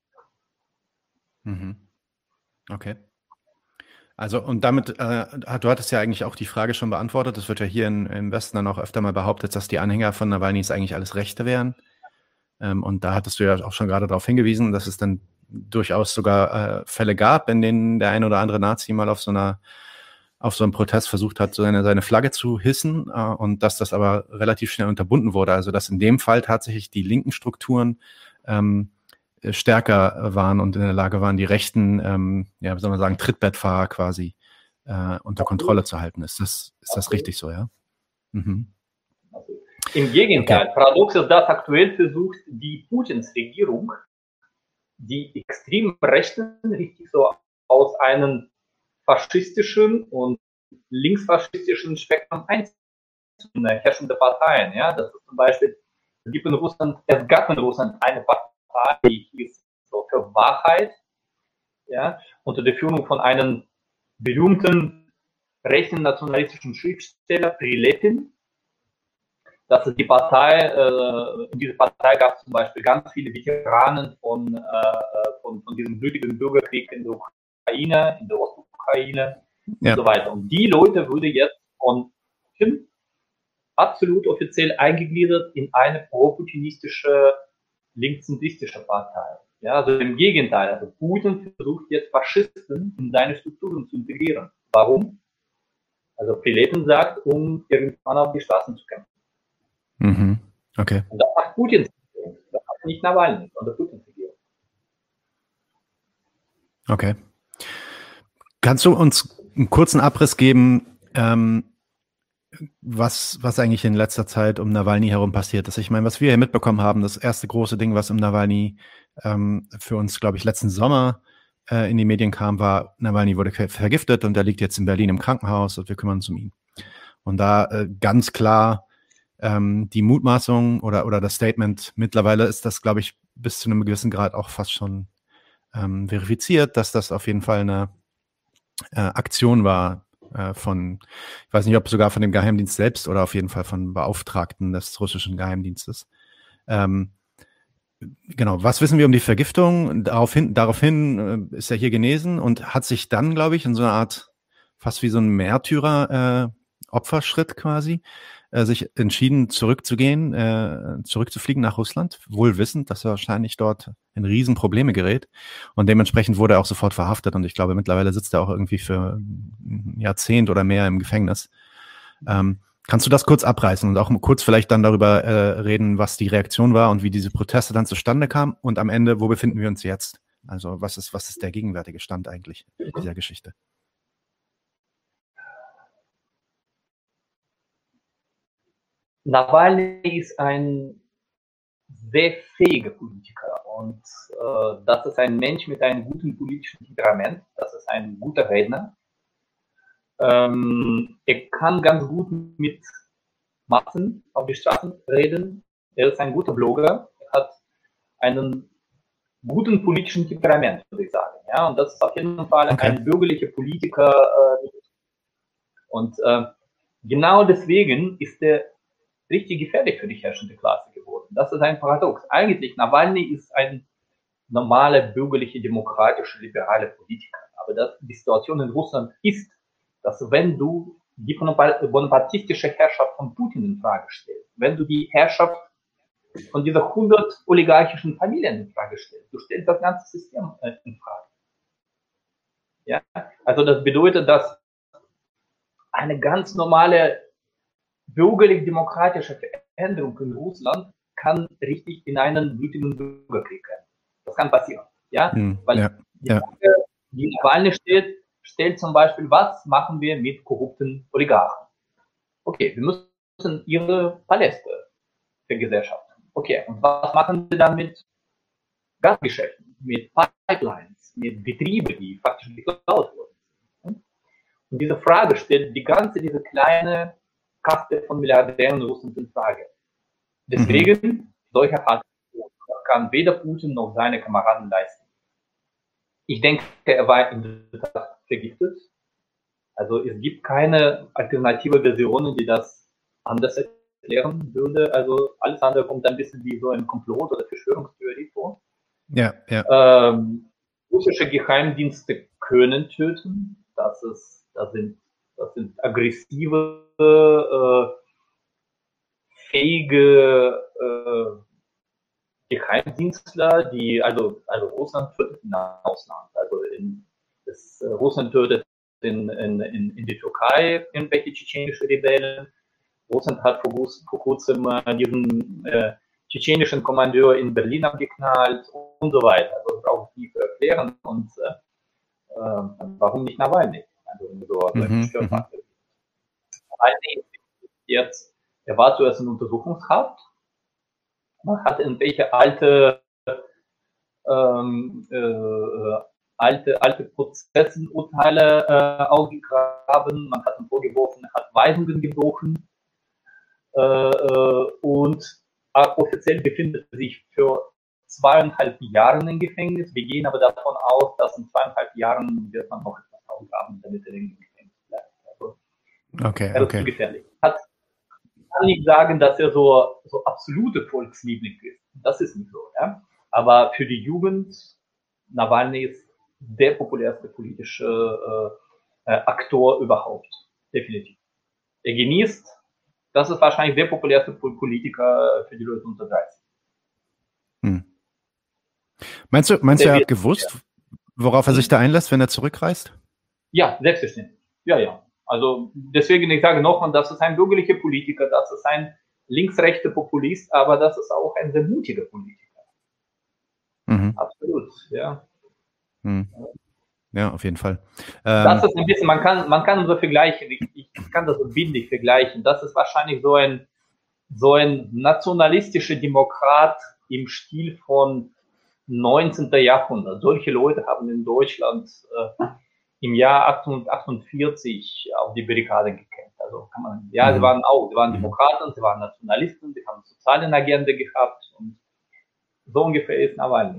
Okay. Also und damit, du hattest ja eigentlich auch die Frage schon beantwortet, das wird ja hier im Westen dann auch öfter mal behauptet, dass die Anhänger von Nawalny eigentlich alles Rechte wären. Und da hattest du ja auch schon gerade darauf hingewiesen, dass es dann durchaus sogar Fälle gab, in denen der ein oder andere Nazi mal auf so einem Protest versucht hat, seine Flagge zu hissen und dass das aber relativ schnell unterbunden wurde. Also dass in dem Fall tatsächlich die linken Strukturen stärker waren und in der Lage waren, die rechten, wie soll man sagen, Trittbettfahrer quasi unter Kontrolle zu halten. Ist das richtig so, ja? Mhm. Im Gegenteil, paradox ist, dass aktuell versucht die Putins Regierung, die extrem Rechten richtig so aus einem faschistischen und linksfaschistischen Spektrum einzelne herrschende Parteien. Ja? Das ist zum Beispiel, es gab in Russland eine Partei, die hieß so für Wahrheit, ja? Unter der Führung von einem berühmten rechten nationalistischen Schriftsteller Prilepin. Das ist die Partei, in dieser Partei gab es zum Beispiel ganz viele Veteranen von diesem blutigen Bürgerkrieg in der Ukraine, in der Ostukraine und so weiter. Und die Leute wurde jetzt von Putin absolut offiziell eingegliedert in eine pro-putinistische, linkszentristische Partei. Ja, also im Gegenteil, also Putin versucht jetzt Faschisten in seine Strukturen zu integrieren. Warum? Also Prilepin sagt, um irgendwann auf die Straßen zu kämpfen. Okay. Und das macht Putins Regierung. Das macht nicht Nawalny, sondern Putins Regierung. Okay. Kannst du uns einen kurzen Abriss geben, was eigentlich in letzter Zeit um Nawalny herum passiert ist? Ich meine, was wir hier mitbekommen haben, das erste große Ding, was um Nawalny für uns, glaube ich, letzten Sommer in die Medien kam, war, Nawalny wurde vergiftet und er liegt jetzt in Berlin im Krankenhaus und wir kümmern uns um ihn. Und da ganz klar die Mutmaßung oder das Statement, mittlerweile ist das, glaube ich, bis zu einem gewissen Grad auch fast schon verifiziert, dass das auf jeden Fall eine Aktion war von, ich weiß nicht, ob sogar von dem Geheimdienst selbst oder auf jeden Fall von Beauftragten des russischen Geheimdienstes. Genau, was wissen wir um die Vergiftung? Daraufhin ist er hier genesen und hat sich dann, glaube ich, in so einer Art, fast wie so ein Märtyrer-Opferschritt quasi, sich entschieden, zurückzufliegen nach Russland, wohl wissend, dass er wahrscheinlich dort in Riesenprobleme gerät. Und dementsprechend wurde er auch sofort verhaftet. Und ich glaube, mittlerweile sitzt er auch irgendwie für ein Jahrzehnt oder mehr im Gefängnis. Kannst du das kurz abreißen und auch kurz vielleicht dann darüber reden, was die Reaktion war und wie diese Proteste dann zustande kamen? Und am Ende, wo befinden wir uns jetzt? Also was ist der gegenwärtige Stand eigentlich dieser Geschichte? Nawalny ist ein sehr fähiger Politiker und das ist ein Mensch mit einem guten politischen Temperament, das ist ein guter Redner. Er kann ganz gut mit Massen auf die Straßen reden, er ist ein guter Blogger, er hat einen guten politischen Temperament, würde ich sagen. Ja? Und das ist auf jeden Fall ein bürgerlicher Politiker. Und genau deswegen ist er richtig gefährlich für die herrschende Klasse geworden. Das ist ein Paradox. Eigentlich, Nawalny ist ein normaler, bürgerlicher, demokratischer, liberaler Politiker. Aber die Situation in Russland ist, dass wenn du die bonapartistische Herrschaft von Putin in Frage stellst, wenn du die Herrschaft von dieser 100 oligarchischen Familien in Frage stellst, du stellst das ganze System in Frage. Ja? Also das bedeutet, dass eine ganz normale bürgerlich-demokratische Veränderung in Russland kann richtig in einen blutigen Bürgerkrieg rennen. Das kann passieren. Ja? Weil die Frage, die Nawalny stellt zum Beispiel, was machen wir mit korrupten Oligarchen? Okay, wir müssen ihre Paläste vergesellschaften. Okay, und was machen wir dann mit Gasgeschäften, mit Pipelines, mit Betrieben, die faktisch geklaut wurden? Und diese Frage stellt diese kleine Kaste von Milliardären in Russland in Frage. Deswegen, solche Aktionen kann weder Putin noch seine Kameraden leisten. Ich denke, er war in der Tat vergiftet. Also es gibt keine alternative Version, die das anders erklären würde. Also alles andere kommt ein bisschen wie so ein Komplott oder Verschwörungstheorie vor. Russische Geheimdienste können töten. Das sind aggressive, fähige Geheimdienstler, die also Russland tötet im Ausland. Also Russland tötet in der Türkei irgendwelche tschetschenische Rebellen. Russland hat vor kurzem diesen tschetschenischen Kommandeur in Berlin abgeknallt und so weiter. Also das brauche ich nie zu erklären. Und warum nicht Nawalny? Er war zuerst in Untersuchungshaft. Man hat irgendwelche alte Prozessenurteile ausgegraben. Man hat ihm vorgeworfen, er hat Weisungen gebrochen. Und offiziell befindet er sich für 2,5 Jahre im Gefängnis. Wir gehen aber davon aus, dass in 2,5 Jahren wird man noch etwas ausgraben, damit er im Gefängnis bleibt. Also, er ist zu gefährlich. Kann nicht sagen, dass er so absolute Volksliebling ist. Das ist nicht so. Ja? Aber für die Jugend, Nawalny ist der populärste politische Aktor überhaupt. Definitiv. Er genießt, das ist wahrscheinlich der populärste Politiker für die Leute unter 30. Meinst du, er hat gewusst, worauf er sich da einlässt, wenn er zurückreist? Ja, selbstverständlich. Ja. Also deswegen, ich sage nochmal, das ist ein bürgerlicher Politiker, das ist ein linksrechter Populist, aber das ist auch ein sehr mutiger Politiker. Absolut, ja. Ja, auf jeden Fall. Das ist ein bisschen, man kann so vergleichen, ich kann das so bildlich vergleichen. Das ist wahrscheinlich so ein nationalistischer Demokrat im Stil von 19. Jahrhundert. Solche Leute haben in Deutschland im Jahr 1848 auf die Barrikaden gekämpft. Also sie waren Demokraten, sie waren Nationalisten, sie haben soziale Agenda gehabt und so ungefähr ist Nawalny.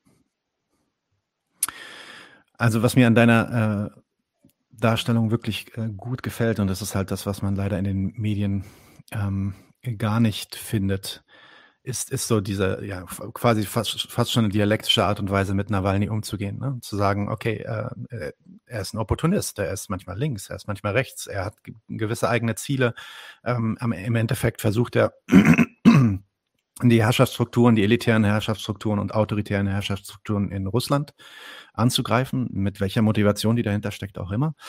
Also was mir an deiner Darstellung wirklich gut gefällt, und das ist halt das, was man leider in den Medien gar nicht findet, ist so diese, ja, quasi fast schon eine dialektische Art und Weise, mit Nawalny umzugehen, ne? Zu sagen, okay, er ist ein Opportunist, er ist manchmal links, er ist manchmal rechts, er hat gewisse eigene Ziele. Im Endeffekt versucht er, die Herrschaftsstrukturen, die elitären Herrschaftsstrukturen und autoritären Herrschaftsstrukturen in Russland anzugreifen, mit welcher Motivation die dahinter steckt, auch immer.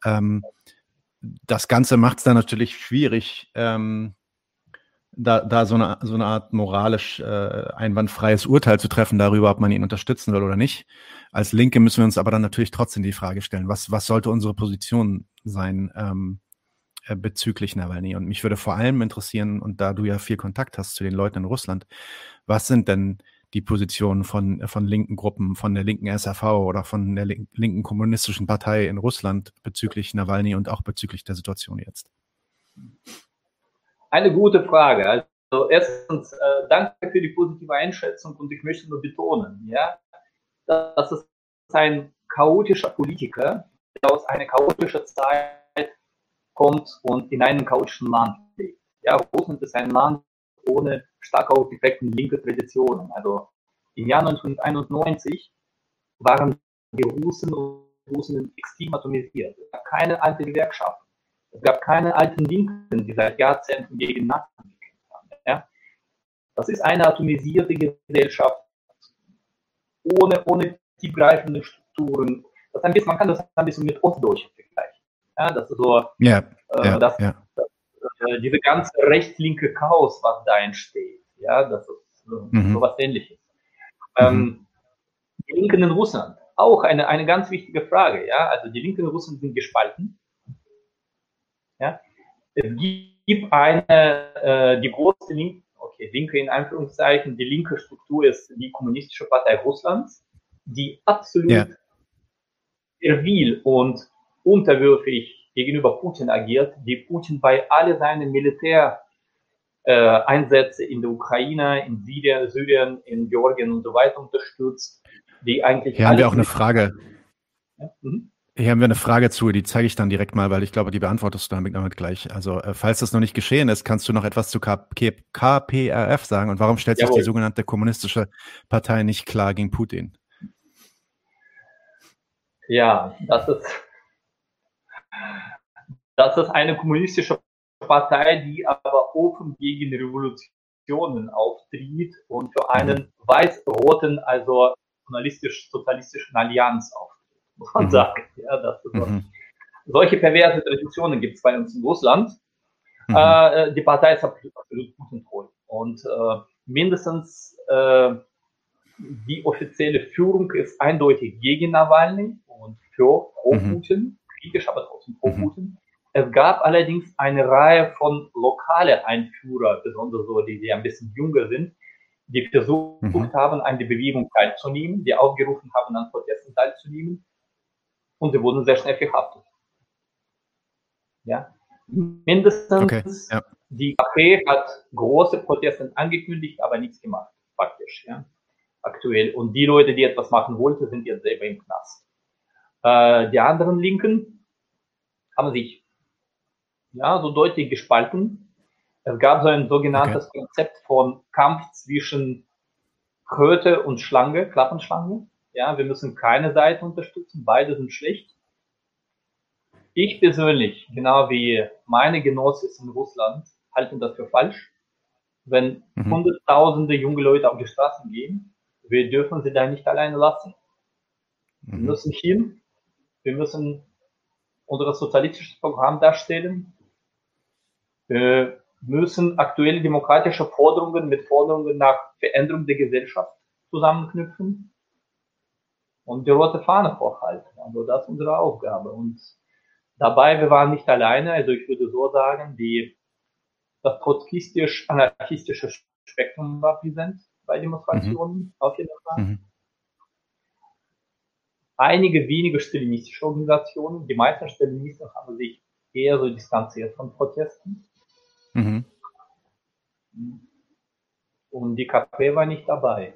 Das Ganze macht es dann natürlich schwierig, da so eine Art moralisch einwandfreies Urteil zu treffen darüber, ob man ihn unterstützen will oder nicht. Als Linke müssen wir uns aber dann natürlich trotzdem die Frage stellen, was sollte unsere Position sein bezüglich Nawalny? Und mich würde vor allem interessieren, und da du ja viel Kontakt hast zu den Leuten in Russland, was sind denn die Positionen von linken Gruppen, von der linken SRV oder von der linken kommunistischen Partei in Russland bezüglich Nawalny und auch bezüglich der Situation jetzt? Eine gute Frage. Also erstens, danke für die positive Einschätzung und ich möchte nur betonen, ja, das ist ein chaotischer Politiker, der aus einer chaotischen Zeit kommt und in einem chaotischen Land lebt. Ja, Russland ist ein Land ohne stark ausgeprägten linke Traditionen. Also im Jahr 1991 waren die Russen extrem atomisiert. Es gab keine alte Gewerkschaften. Es gab keine alten Linken, die seit Jahrzehnten gegen Nazis gekämpft haben. Ja? Das ist eine atomisierte Gesellschaft ohne tiefgreifende Strukturen. Man kann das ein bisschen mit Ostdeutschland vergleichen. Ja, das ist so, diese ganze rechts-linke Chaos, was da entsteht. Ja, das ist so was Ähnliches. Die Linken in Russland, auch eine ganz wichtige Frage. Ja, also die Linken in Russland sind gespalten. Ja, es gibt die große Linke in Anführungszeichen, die linke Struktur ist die Kommunistische Partei Russlands, die absolut servil und unterwürfig gegenüber Putin agiert, die Putin bei all seinen Militäreinsätze in der Ukraine, in Syrien, in Georgien und so weiter unterstützt, die eigentlich. Hier haben wir auch eine Frage. Ja? Hier haben wir eine Frage zu, die zeige ich dann direkt mal, weil ich glaube, die beantwortest du damit gleich. Also, falls das noch nicht geschehen ist, kannst du noch etwas zu KPRF sagen und warum stellt sich die sogenannte kommunistische Partei nicht klar gegen Putin? Ja, das ist eine kommunistische Partei, die aber offen gegen Revolutionen auftritt und für einen weiß-roten, also nationalistisch-sozialistischen Allianz auftritt, muss man sagen. Ja, das ist solche perverse Traditionen gibt es bei uns in Russland. Die Partei ist absolut Putin-treu. Und mindestens die offizielle Führung ist eindeutig gegen Nawalny und für pro-Putin, kritisch, aber trotzdem pro-Putin. Es gab allerdings eine Reihe von lokalen Einführern, besonders so, die ein bisschen jünger sind, die versucht haben, an der Bewegung teilzunehmen, die aufgerufen haben, an Protesten teilzunehmen. Und sie wurden sehr schnell verhaftet. Ja. Mindestens die KP hat große Proteste angekündigt, aber nichts gemacht, faktisch. Ja. Aktuell. Und die Leute, die etwas machen wollten, sind jetzt selber im Knast. Die anderen Linken haben sich so deutlich gespalten. Es gab so ein sogenanntes Konzept von Kampf zwischen Kröte und Schlange, Klappenschlange. Ja, wir müssen keine Seite unterstützen, beide sind schlecht. Ich persönlich, genau wie meine Genossen in Russland, halten das für falsch. Wenn hunderttausende junge Leute auf die Straßen gehen, wir dürfen sie da nicht alleine lassen. Wir müssen hin, wir müssen unser sozialistisches Programm darstellen, wir müssen aktuelle demokratische Forderungen mit Forderungen nach Veränderung der Gesellschaft zusammenknüpfen und die rote Fahne hochhalten. Also das ist unsere Aufgabe. Und dabei, wir waren nicht alleine, also ich würde so sagen, das trotzkistisch-anarchistische Spektrum war präsent bei Demonstrationen, auf jeden Fall. Einige wenige stalinistische Organisationen, die meisten Stalinisten haben sich eher so distanziert von Protesten. Und die KP war nicht dabei.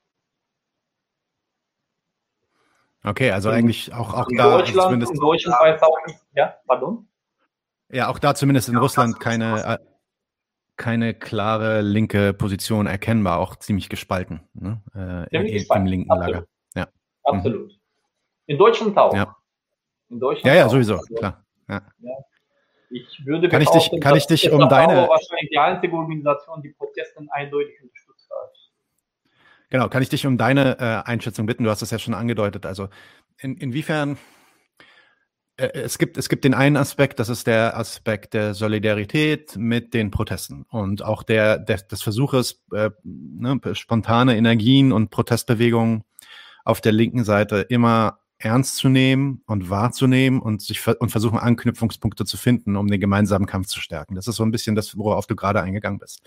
Okay, also eigentlich auch in da Deutschland, zumindest. In Deutschland war es auch, ja, pardon? Ja, auch da zumindest in Russland keine. keine klare linke Position erkennbar, auch ziemlich gespalten, ne? Im linken Lager. Ja. Absolut. In Deutschland auch. Ja. In Deutschland ja, auch. sowieso, also, klar. Ja. Ja. Ich würde kann ich dich um deine wahrscheinlich die einzige Organisation, die Proteste eindeutig unterstützt hat. Genau, kann ich dich um deine Einschätzung bitten? Du hast es ja schon angedeutet. Also inwiefern es gibt den einen Aspekt, das ist der Aspekt der Solidarität mit den Protesten und auch des Versuches, spontane Energien und Protestbewegungen auf der linken Seite immer ernst zu nehmen und wahrzunehmen und versuchen, Anknüpfungspunkte zu finden, um den gemeinsamen Kampf zu stärken. Das ist so ein bisschen das, worauf du gerade eingegangen bist.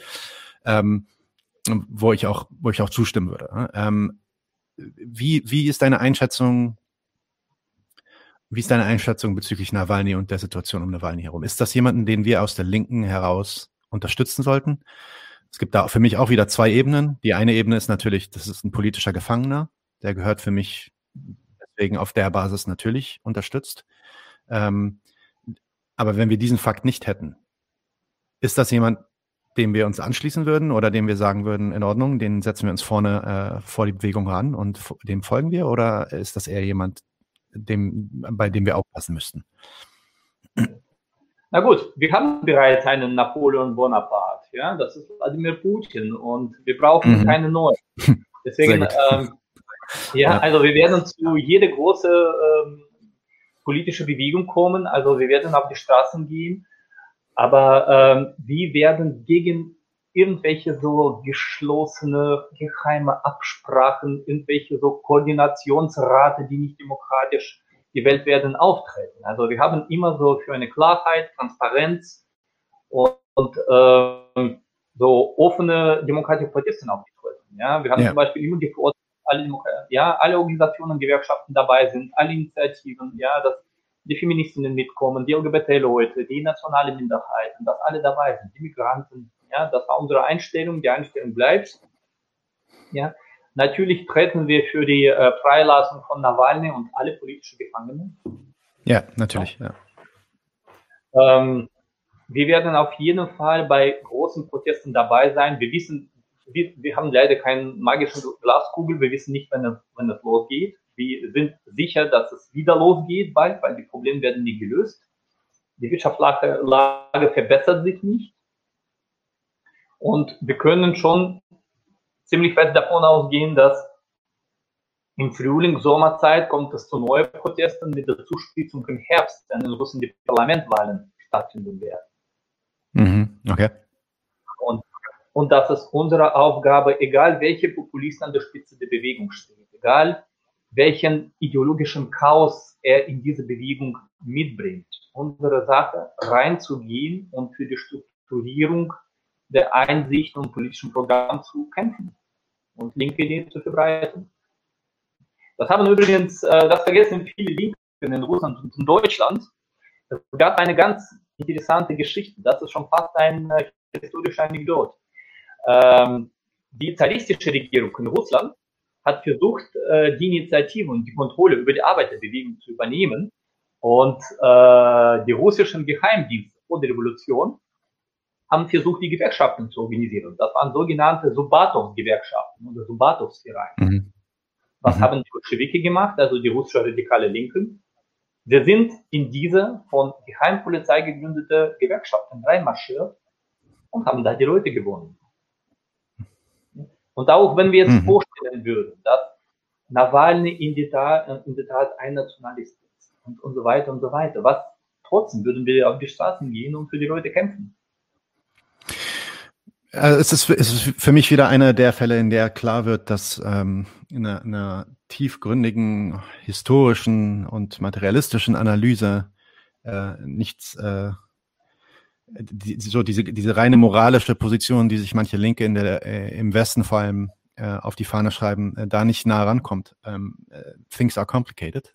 Wo ich auch zustimmen würde. Wie ist deine Einschätzung bezüglich Nawalny und der Situation um Nawalny herum? Ist das jemanden, den wir aus der Linken heraus unterstützen sollten? Es gibt da für mich auch wieder zwei Ebenen. Die eine Ebene ist natürlich, das ist ein politischer Gefangener. Der gehört für mich deswegen auf der Basis natürlich unterstützt. Aber wenn wir diesen Fakt nicht hätten, ist das jemand, dem wir uns anschließen würden oder dem wir sagen würden, in Ordnung, den setzen wir uns vorne vor die Bewegung ran und dem folgen wir? Oder ist das eher jemand, bei dem wir aufpassen müssten? Na gut, wir haben bereits einen Napoleon Bonaparte, ja, das ist Wladimir Putin und wir brauchen keine neuen. Deswegen, also wir werden zu jeder große politische Bewegung kommen, also wir werden auf die Straßen gehen, aber wir werden gegen irgendwelche so geschlossene, geheime Absprachen, irgendwelche so Koordinationsrate, die nicht demokratisch gewählt werden, auftreten. Also wir haben immer so für eine Klarheit, Transparenz und so offene demokratische Proteste aufgetreten. Ja, wir haben zum Beispiel immer die alle Organisationen, Gewerkschaften dabei sind, alle Initiativen, ja, dass die Feministinnen mitkommen, die LGBT-Leute, die nationale Minderheiten, dass alle dabei sind, die Migranten. Ja, das war unsere Einstellung, die Einstellung bleibt. Ja, natürlich treten wir für die Freilassung von Nawalny und alle politischen Gefangenen. Ja, natürlich. Ja. Wir werden auf jeden Fall bei großen Protesten dabei sein. Wir wissen, wir haben leider keine magische Glaskugel. Wir wissen nicht, wenn es losgeht. Wir sind sicher, dass es wieder losgeht bald, weil die Probleme werden nie gelöst. Die Wirtschaftslage verbessert sich nicht. Und wir können schon ziemlich fest davon ausgehen, dass im Frühling, Sommerzeit kommt es zu neuen Protesten mit der Zuspitzung im Herbst, wenn in Russland die Parlamentwahlen stattfinden werden. Okay. Und das ist unsere Aufgabe, egal welche Populist an der Spitze der Bewegung steht, egal welchen ideologischen Chaos er in diese Bewegung mitbringt. Unsere Sache, reinzugehen und für die Strukturierung der Einsicht und politischen Programm zu kämpfen und linke Ideen zu verbreiten. Das haben übrigens, das vergessen viele Linke in Russland und in Deutschland. Es gab eine ganz interessante Geschichte. Das ist schon fast eine historische Anekdote. Die zaristische Regierung in Russland hat versucht, die Initiative und die Kontrolle über die Arbeiterbewegung zu übernehmen. Und die russischen Geheimdienste vor der Revolution haben versucht, die Gewerkschaften zu organisieren. Das waren sogenannte Subatow-Gewerkschaften oder Subatow-Vereine. Was haben die Bolschewiki gemacht, also die russische radikale Linken? Sie sind in diese von Geheimpolizei gegründete Gewerkschaften reinmarschiert und haben da die Leute gewonnen. Und auch wenn wir jetzt vorstellen würden, dass Nawalny in der Tat ein Nationalist ist und so weiter und so weiter, was trotzdem würden wir auf die Straßen gehen und für die Leute kämpfen. Es ist für mich wieder einer der Fälle, in der klar wird, dass in einer tiefgründigen historischen und materialistischen Analyse diese reine moralische Position, die sich manche Linke im Westen vor allem auf die Fahne schreiben, da nicht nah rankommt. Things are complicated.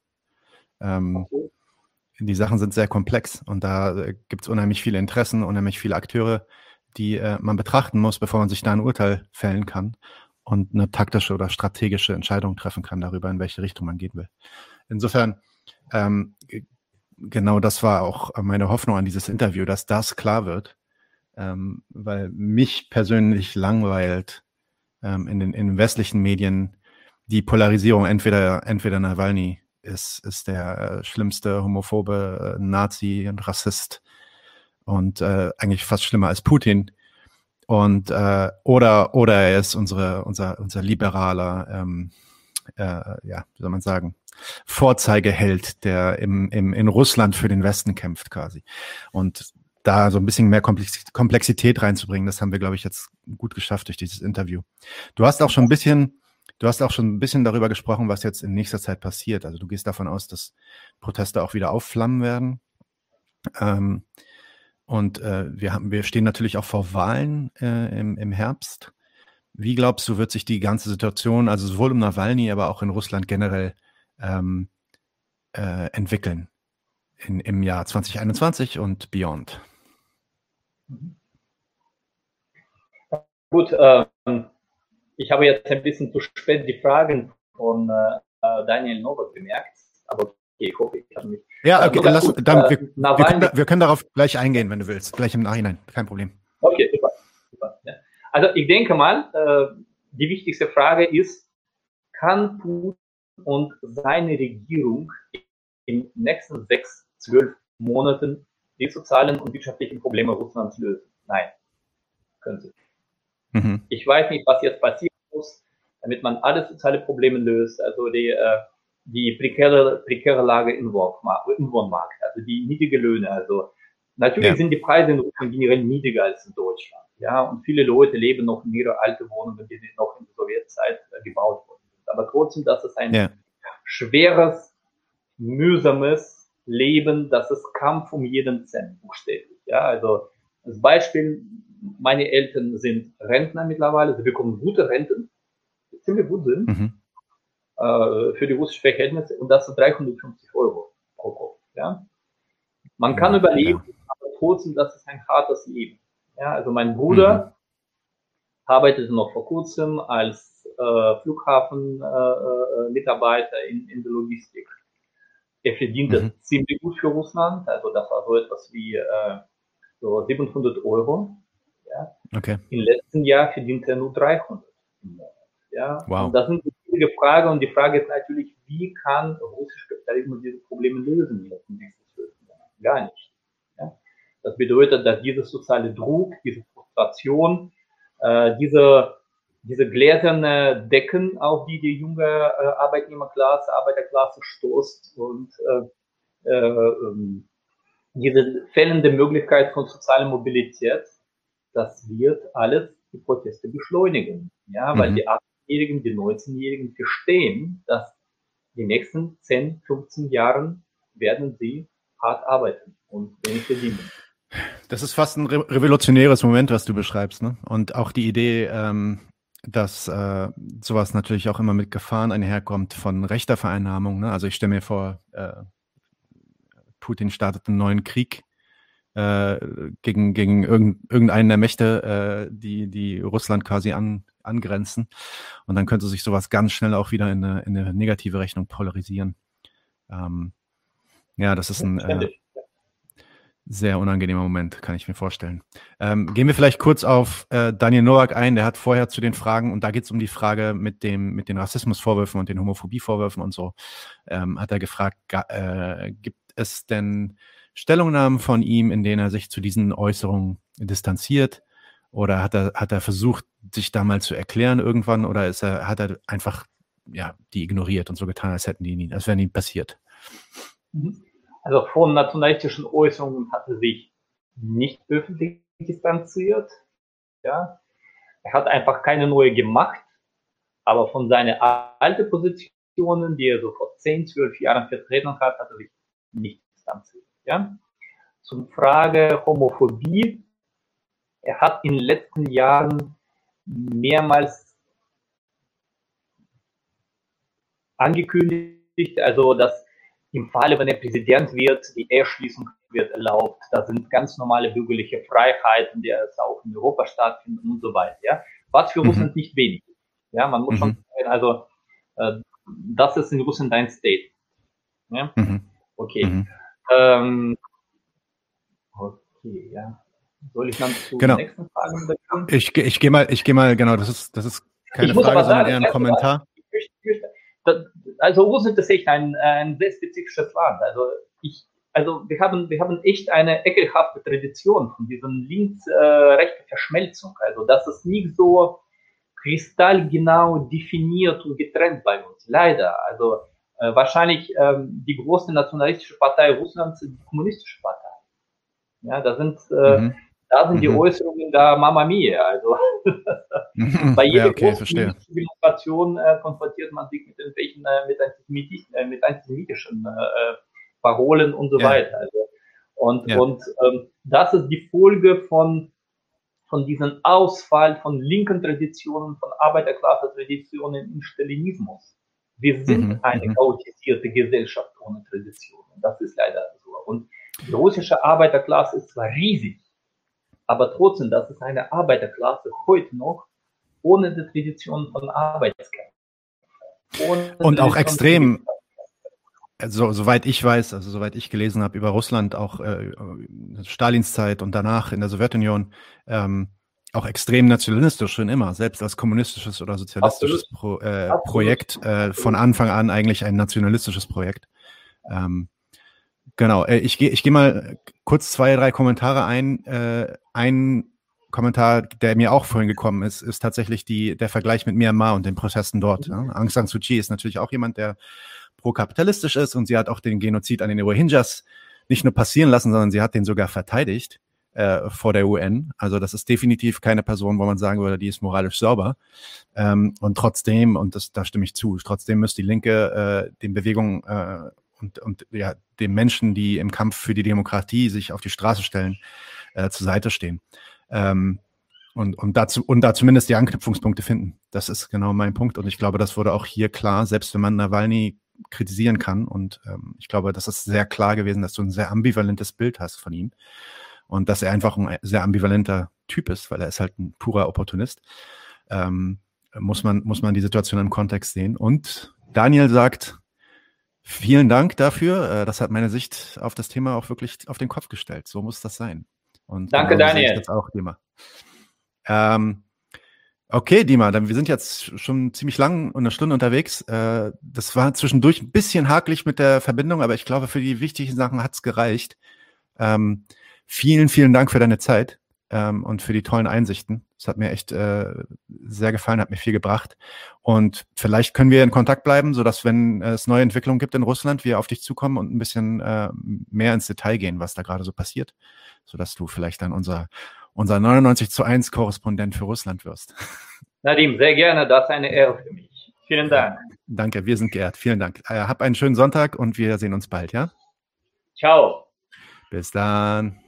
Die Sachen sind sehr komplex und da gibt es unheimlich viele Interessen, unheimlich viele Akteure, die man betrachten muss, bevor man sich da ein Urteil fällen kann und eine taktische oder strategische Entscheidung treffen kann darüber, in welche Richtung man gehen will. Insofern, genau das war auch meine Hoffnung an dieses Interview, dass das klar wird, weil mich persönlich langweilt in den westlichen Medien die Polarisierung. Entweder Nawalny ist der schlimmste homophobe Nazi und Rassist und eigentlich fast schlimmer als Putin. Und oder er ist unser liberaler, ja, wie soll man sagen, Vorzeigeheld, der in Russland für den Westen kämpft quasi. Und da so ein bisschen mehr Komplexität reinzubringen, das haben wir, glaube ich, jetzt gut geschafft durch dieses Interview. Du hast auch schon ein bisschen darüber gesprochen, was jetzt in nächster Zeit passiert. Also du gehst davon aus, dass Proteste auch wieder aufflammen werden. Und wir stehen natürlich auch vor Wahlen im Herbst. Wie glaubst du, wird sich die ganze Situation, also sowohl um Nawalny, aber auch in Russland generell entwickeln im Jahr 2021 und beyond? Gut, ich habe jetzt ein bisschen zu spät die Fragen von Daniel Nowak bemerkt, aber okay, ich hoffe, ich habe mich. Ja, okay, wir können darauf gleich eingehen, wenn du willst, gleich im Nachhinein, kein Problem. Okay, super. Ja. Also ich denke mal, die wichtigste Frage ist, kann Putin und seine Regierung in den nächsten 6-12 Monaten die sozialen und wirtschaftlichen Probleme Russlands lösen? Nein, können sie. Ich weiß nicht, was jetzt passieren muss, damit man alle soziale Probleme löst, also die prekäre Lage im Wohnmarkt, also die niedrigen Löhne. Also natürlich sind die Preise in Russland generell niedriger als in Deutschland. Ja, und viele Leute leben noch in ihrer alten Wohnungen, die noch in der Sowjetzeit gebaut worden sind. Aber trotzdem, das ist ein schweres, mühsames Leben, das ist Kampf um jeden Cent, buchstäblich. Ja, also als Beispiel, meine Eltern sind Rentner mittlerweile, sie bekommen gute Renten, die ziemlich gut sind, für die russischen Verhältnisse, und das sind 350 € pro Kopf. Ja? Man kann überleben, aber trotzdem, das ist ein hartes Leben. Ja? Also mein Bruder arbeitete noch vor kurzem als Flughafenmitarbeiter in der Logistik. Er verdiente ziemlich gut für Russland, also das war so etwas wie so 700 €. Ja. Okay. Im letzten Jahr verdient er nur 300 im Monat. Ja. Wow. Und das sind wichtige Fragen, und die Frage ist natürlich, wie kann russischer Kapitalismus diese Probleme lösen in den nächsten 12 Monaten? Gar nicht. Ja. Das bedeutet, dass dieser soziale Druck, diese Frustration, diese gläserne Decken, auf die junge Arbeiterklasse stoßt, und diese fehlende Möglichkeit von sozialer Mobilität, das wird alles die Proteste beschleunigen. Ja, weil die 18-Jährigen, die 19-Jährigen verstehen, dass die nächsten 10, 15 Jahren werden sie hart arbeiten und wenig verdienen. Das ist fast ein revolutionäres Moment, was du beschreibst, ne? Und auch die Idee, dass sowas natürlich auch immer mit Gefahren einherkommt von rechter Vereinnahmung, ne? Also ich stelle mir vor, Putin startet einen neuen Krieg gegen irgendeinen der Mächte, die Russland quasi angrenzen. Und dann könnte sich sowas ganz schnell auch wieder in eine negative Rechnung polarisieren. Ja, das ist ein sehr unangenehmer Moment, kann ich mir vorstellen. Gehen wir vielleicht kurz auf Daniel Nowak ein. Der hat vorher zu den Fragen, und da geht es um die Frage mit den Rassismusvorwürfen und den Homophobievorwürfen und so, hat er gefragt, gibt es denn Stellungnahmen von ihm, in denen er sich zu diesen Äußerungen distanziert? Oder hat er versucht, sich da mal zu erklären irgendwann? Oder hat er einfach die ignoriert und so getan, als wäre nie passiert? Also von nationalistischen Äußerungen hat er sich nicht öffentlich distanziert. Ja. Er hat einfach keine neue gemacht. Aber von seinen alten Positionen, die er so vor 10, 12 Jahren vertreten hat er sich nicht distanziert. Ja. Zum Frage Homophobie. Er hat in den letzten Jahren mehrmals angekündigt, also dass im Falle, wenn er Präsident wird, die Eheschließung wird erlaubt. Das sind ganz normale bürgerliche Freiheiten, die es auch in Europa stattfinden und so weiter. Ja. Was für Russland nicht wenig ist. Ja, man muss schon sagen, also das ist in Russland ein State. Ja. Okay. Okay, ja. Soll ich dann zur Genau. nächsten Frage übergehen? Ich gehe mal, genau, das ist keine Frage, sondern eher ein Kommentar. Also Russland ist echt ein sehr spezifisches Land. Also wir haben echt eine ekelhafte Tradition von diesen links-rechten Verschmelzung. Also das ist nicht so kristallgenau definiert und getrennt bei uns. Leider. Also wahrscheinlich die große nationalistische Partei Russlands ist die kommunistische Partei. Ja, da sind die Äußerungen da Mama Mia. Also bei jeder großen Demonstration konfrontiert man sich mit irgendwelchen mit antisemitischen Parolen und so weiter. Also, und das ist die Folge von diesem Ausfall von linken Traditionen, von Arbeiterklasse-Traditionen im Stalinismus. Wir sind eine chaotisierte Gesellschaft ohne Traditionen. Das ist leider so. Und die russische Arbeiterklasse ist zwar riesig, aber trotzdem, das ist eine Arbeiterklasse heute noch ohne die Tradition von Arbeitskämpfen. Und auch extrem, also, soweit ich weiß, also soweit ich gelesen habe über Russland, auch Stalins Zeit und danach in der Sowjetunion, auch extrem nationalistisch schon immer, selbst als kommunistisches oder sozialistisches Projekt, von Anfang an eigentlich ein nationalistisches Projekt. Genau, ich geh mal kurz 2, 3 Kommentare ein. Ein Kommentar, der mir auch vorhin gekommen ist, ist tatsächlich der Vergleich mit Myanmar und den Protesten dort. Ja. Aung San Suu Kyi ist natürlich auch jemand, der pro-kapitalistisch ist, und sie hat auch den Genozid an den Rohingyas nicht nur passieren lassen, sondern sie hat den sogar verteidigt vor der UN. Also das ist definitiv keine Person, wo man sagen würde, die ist moralisch sauber. Und trotzdem, und da stimme ich zu, trotzdem müsste die Linke den Bewegungen und ja, den Menschen, die im Kampf für die Demokratie sich auf die Straße stellen, zur Seite stehen. Und da zumindest die Anknüpfungspunkte finden. Das ist genau mein Punkt. Und ich glaube, das wurde auch hier klar, selbst wenn man Nawalny kritisieren kann. Und ich glaube, das ist sehr klar gewesen, dass du ein sehr ambivalentes Bild hast von ihm. Und dass er einfach ein sehr ambivalenter Typ ist, weil er ist halt ein purer Opportunist. Muss man die Situation im Kontext sehen. Und Daniel sagt, vielen Dank dafür. Das hat meine Sicht auf das Thema auch wirklich auf den Kopf gestellt. So muss das sein. Und danke, Daniel. Das auch, Dima. Okay, Dima, wir sind jetzt schon ziemlich lang, eine Stunde unterwegs. Das war zwischendurch ein bisschen hakelig mit der Verbindung, aber ich glaube, für die wichtigen Sachen hat es gereicht. Vielen, vielen Dank für deine Zeit und für die tollen Einsichten. Es hat mir echt sehr gefallen, hat mir viel gebracht. Und vielleicht können wir in Kontakt bleiben, sodass, wenn es neue Entwicklungen gibt in Russland, wir auf dich zukommen und ein bisschen mehr ins Detail gehen, was da gerade so passiert, sodass du vielleicht dann unser 99:1 Korrespondent für Russland wirst. Nadim, sehr gerne, das ist eine Ehre für mich. Vielen Dank. Danke, wir sind geehrt. Vielen Dank. Hab einen schönen Sonntag und wir sehen uns bald, ja? Ciao. Bis dann.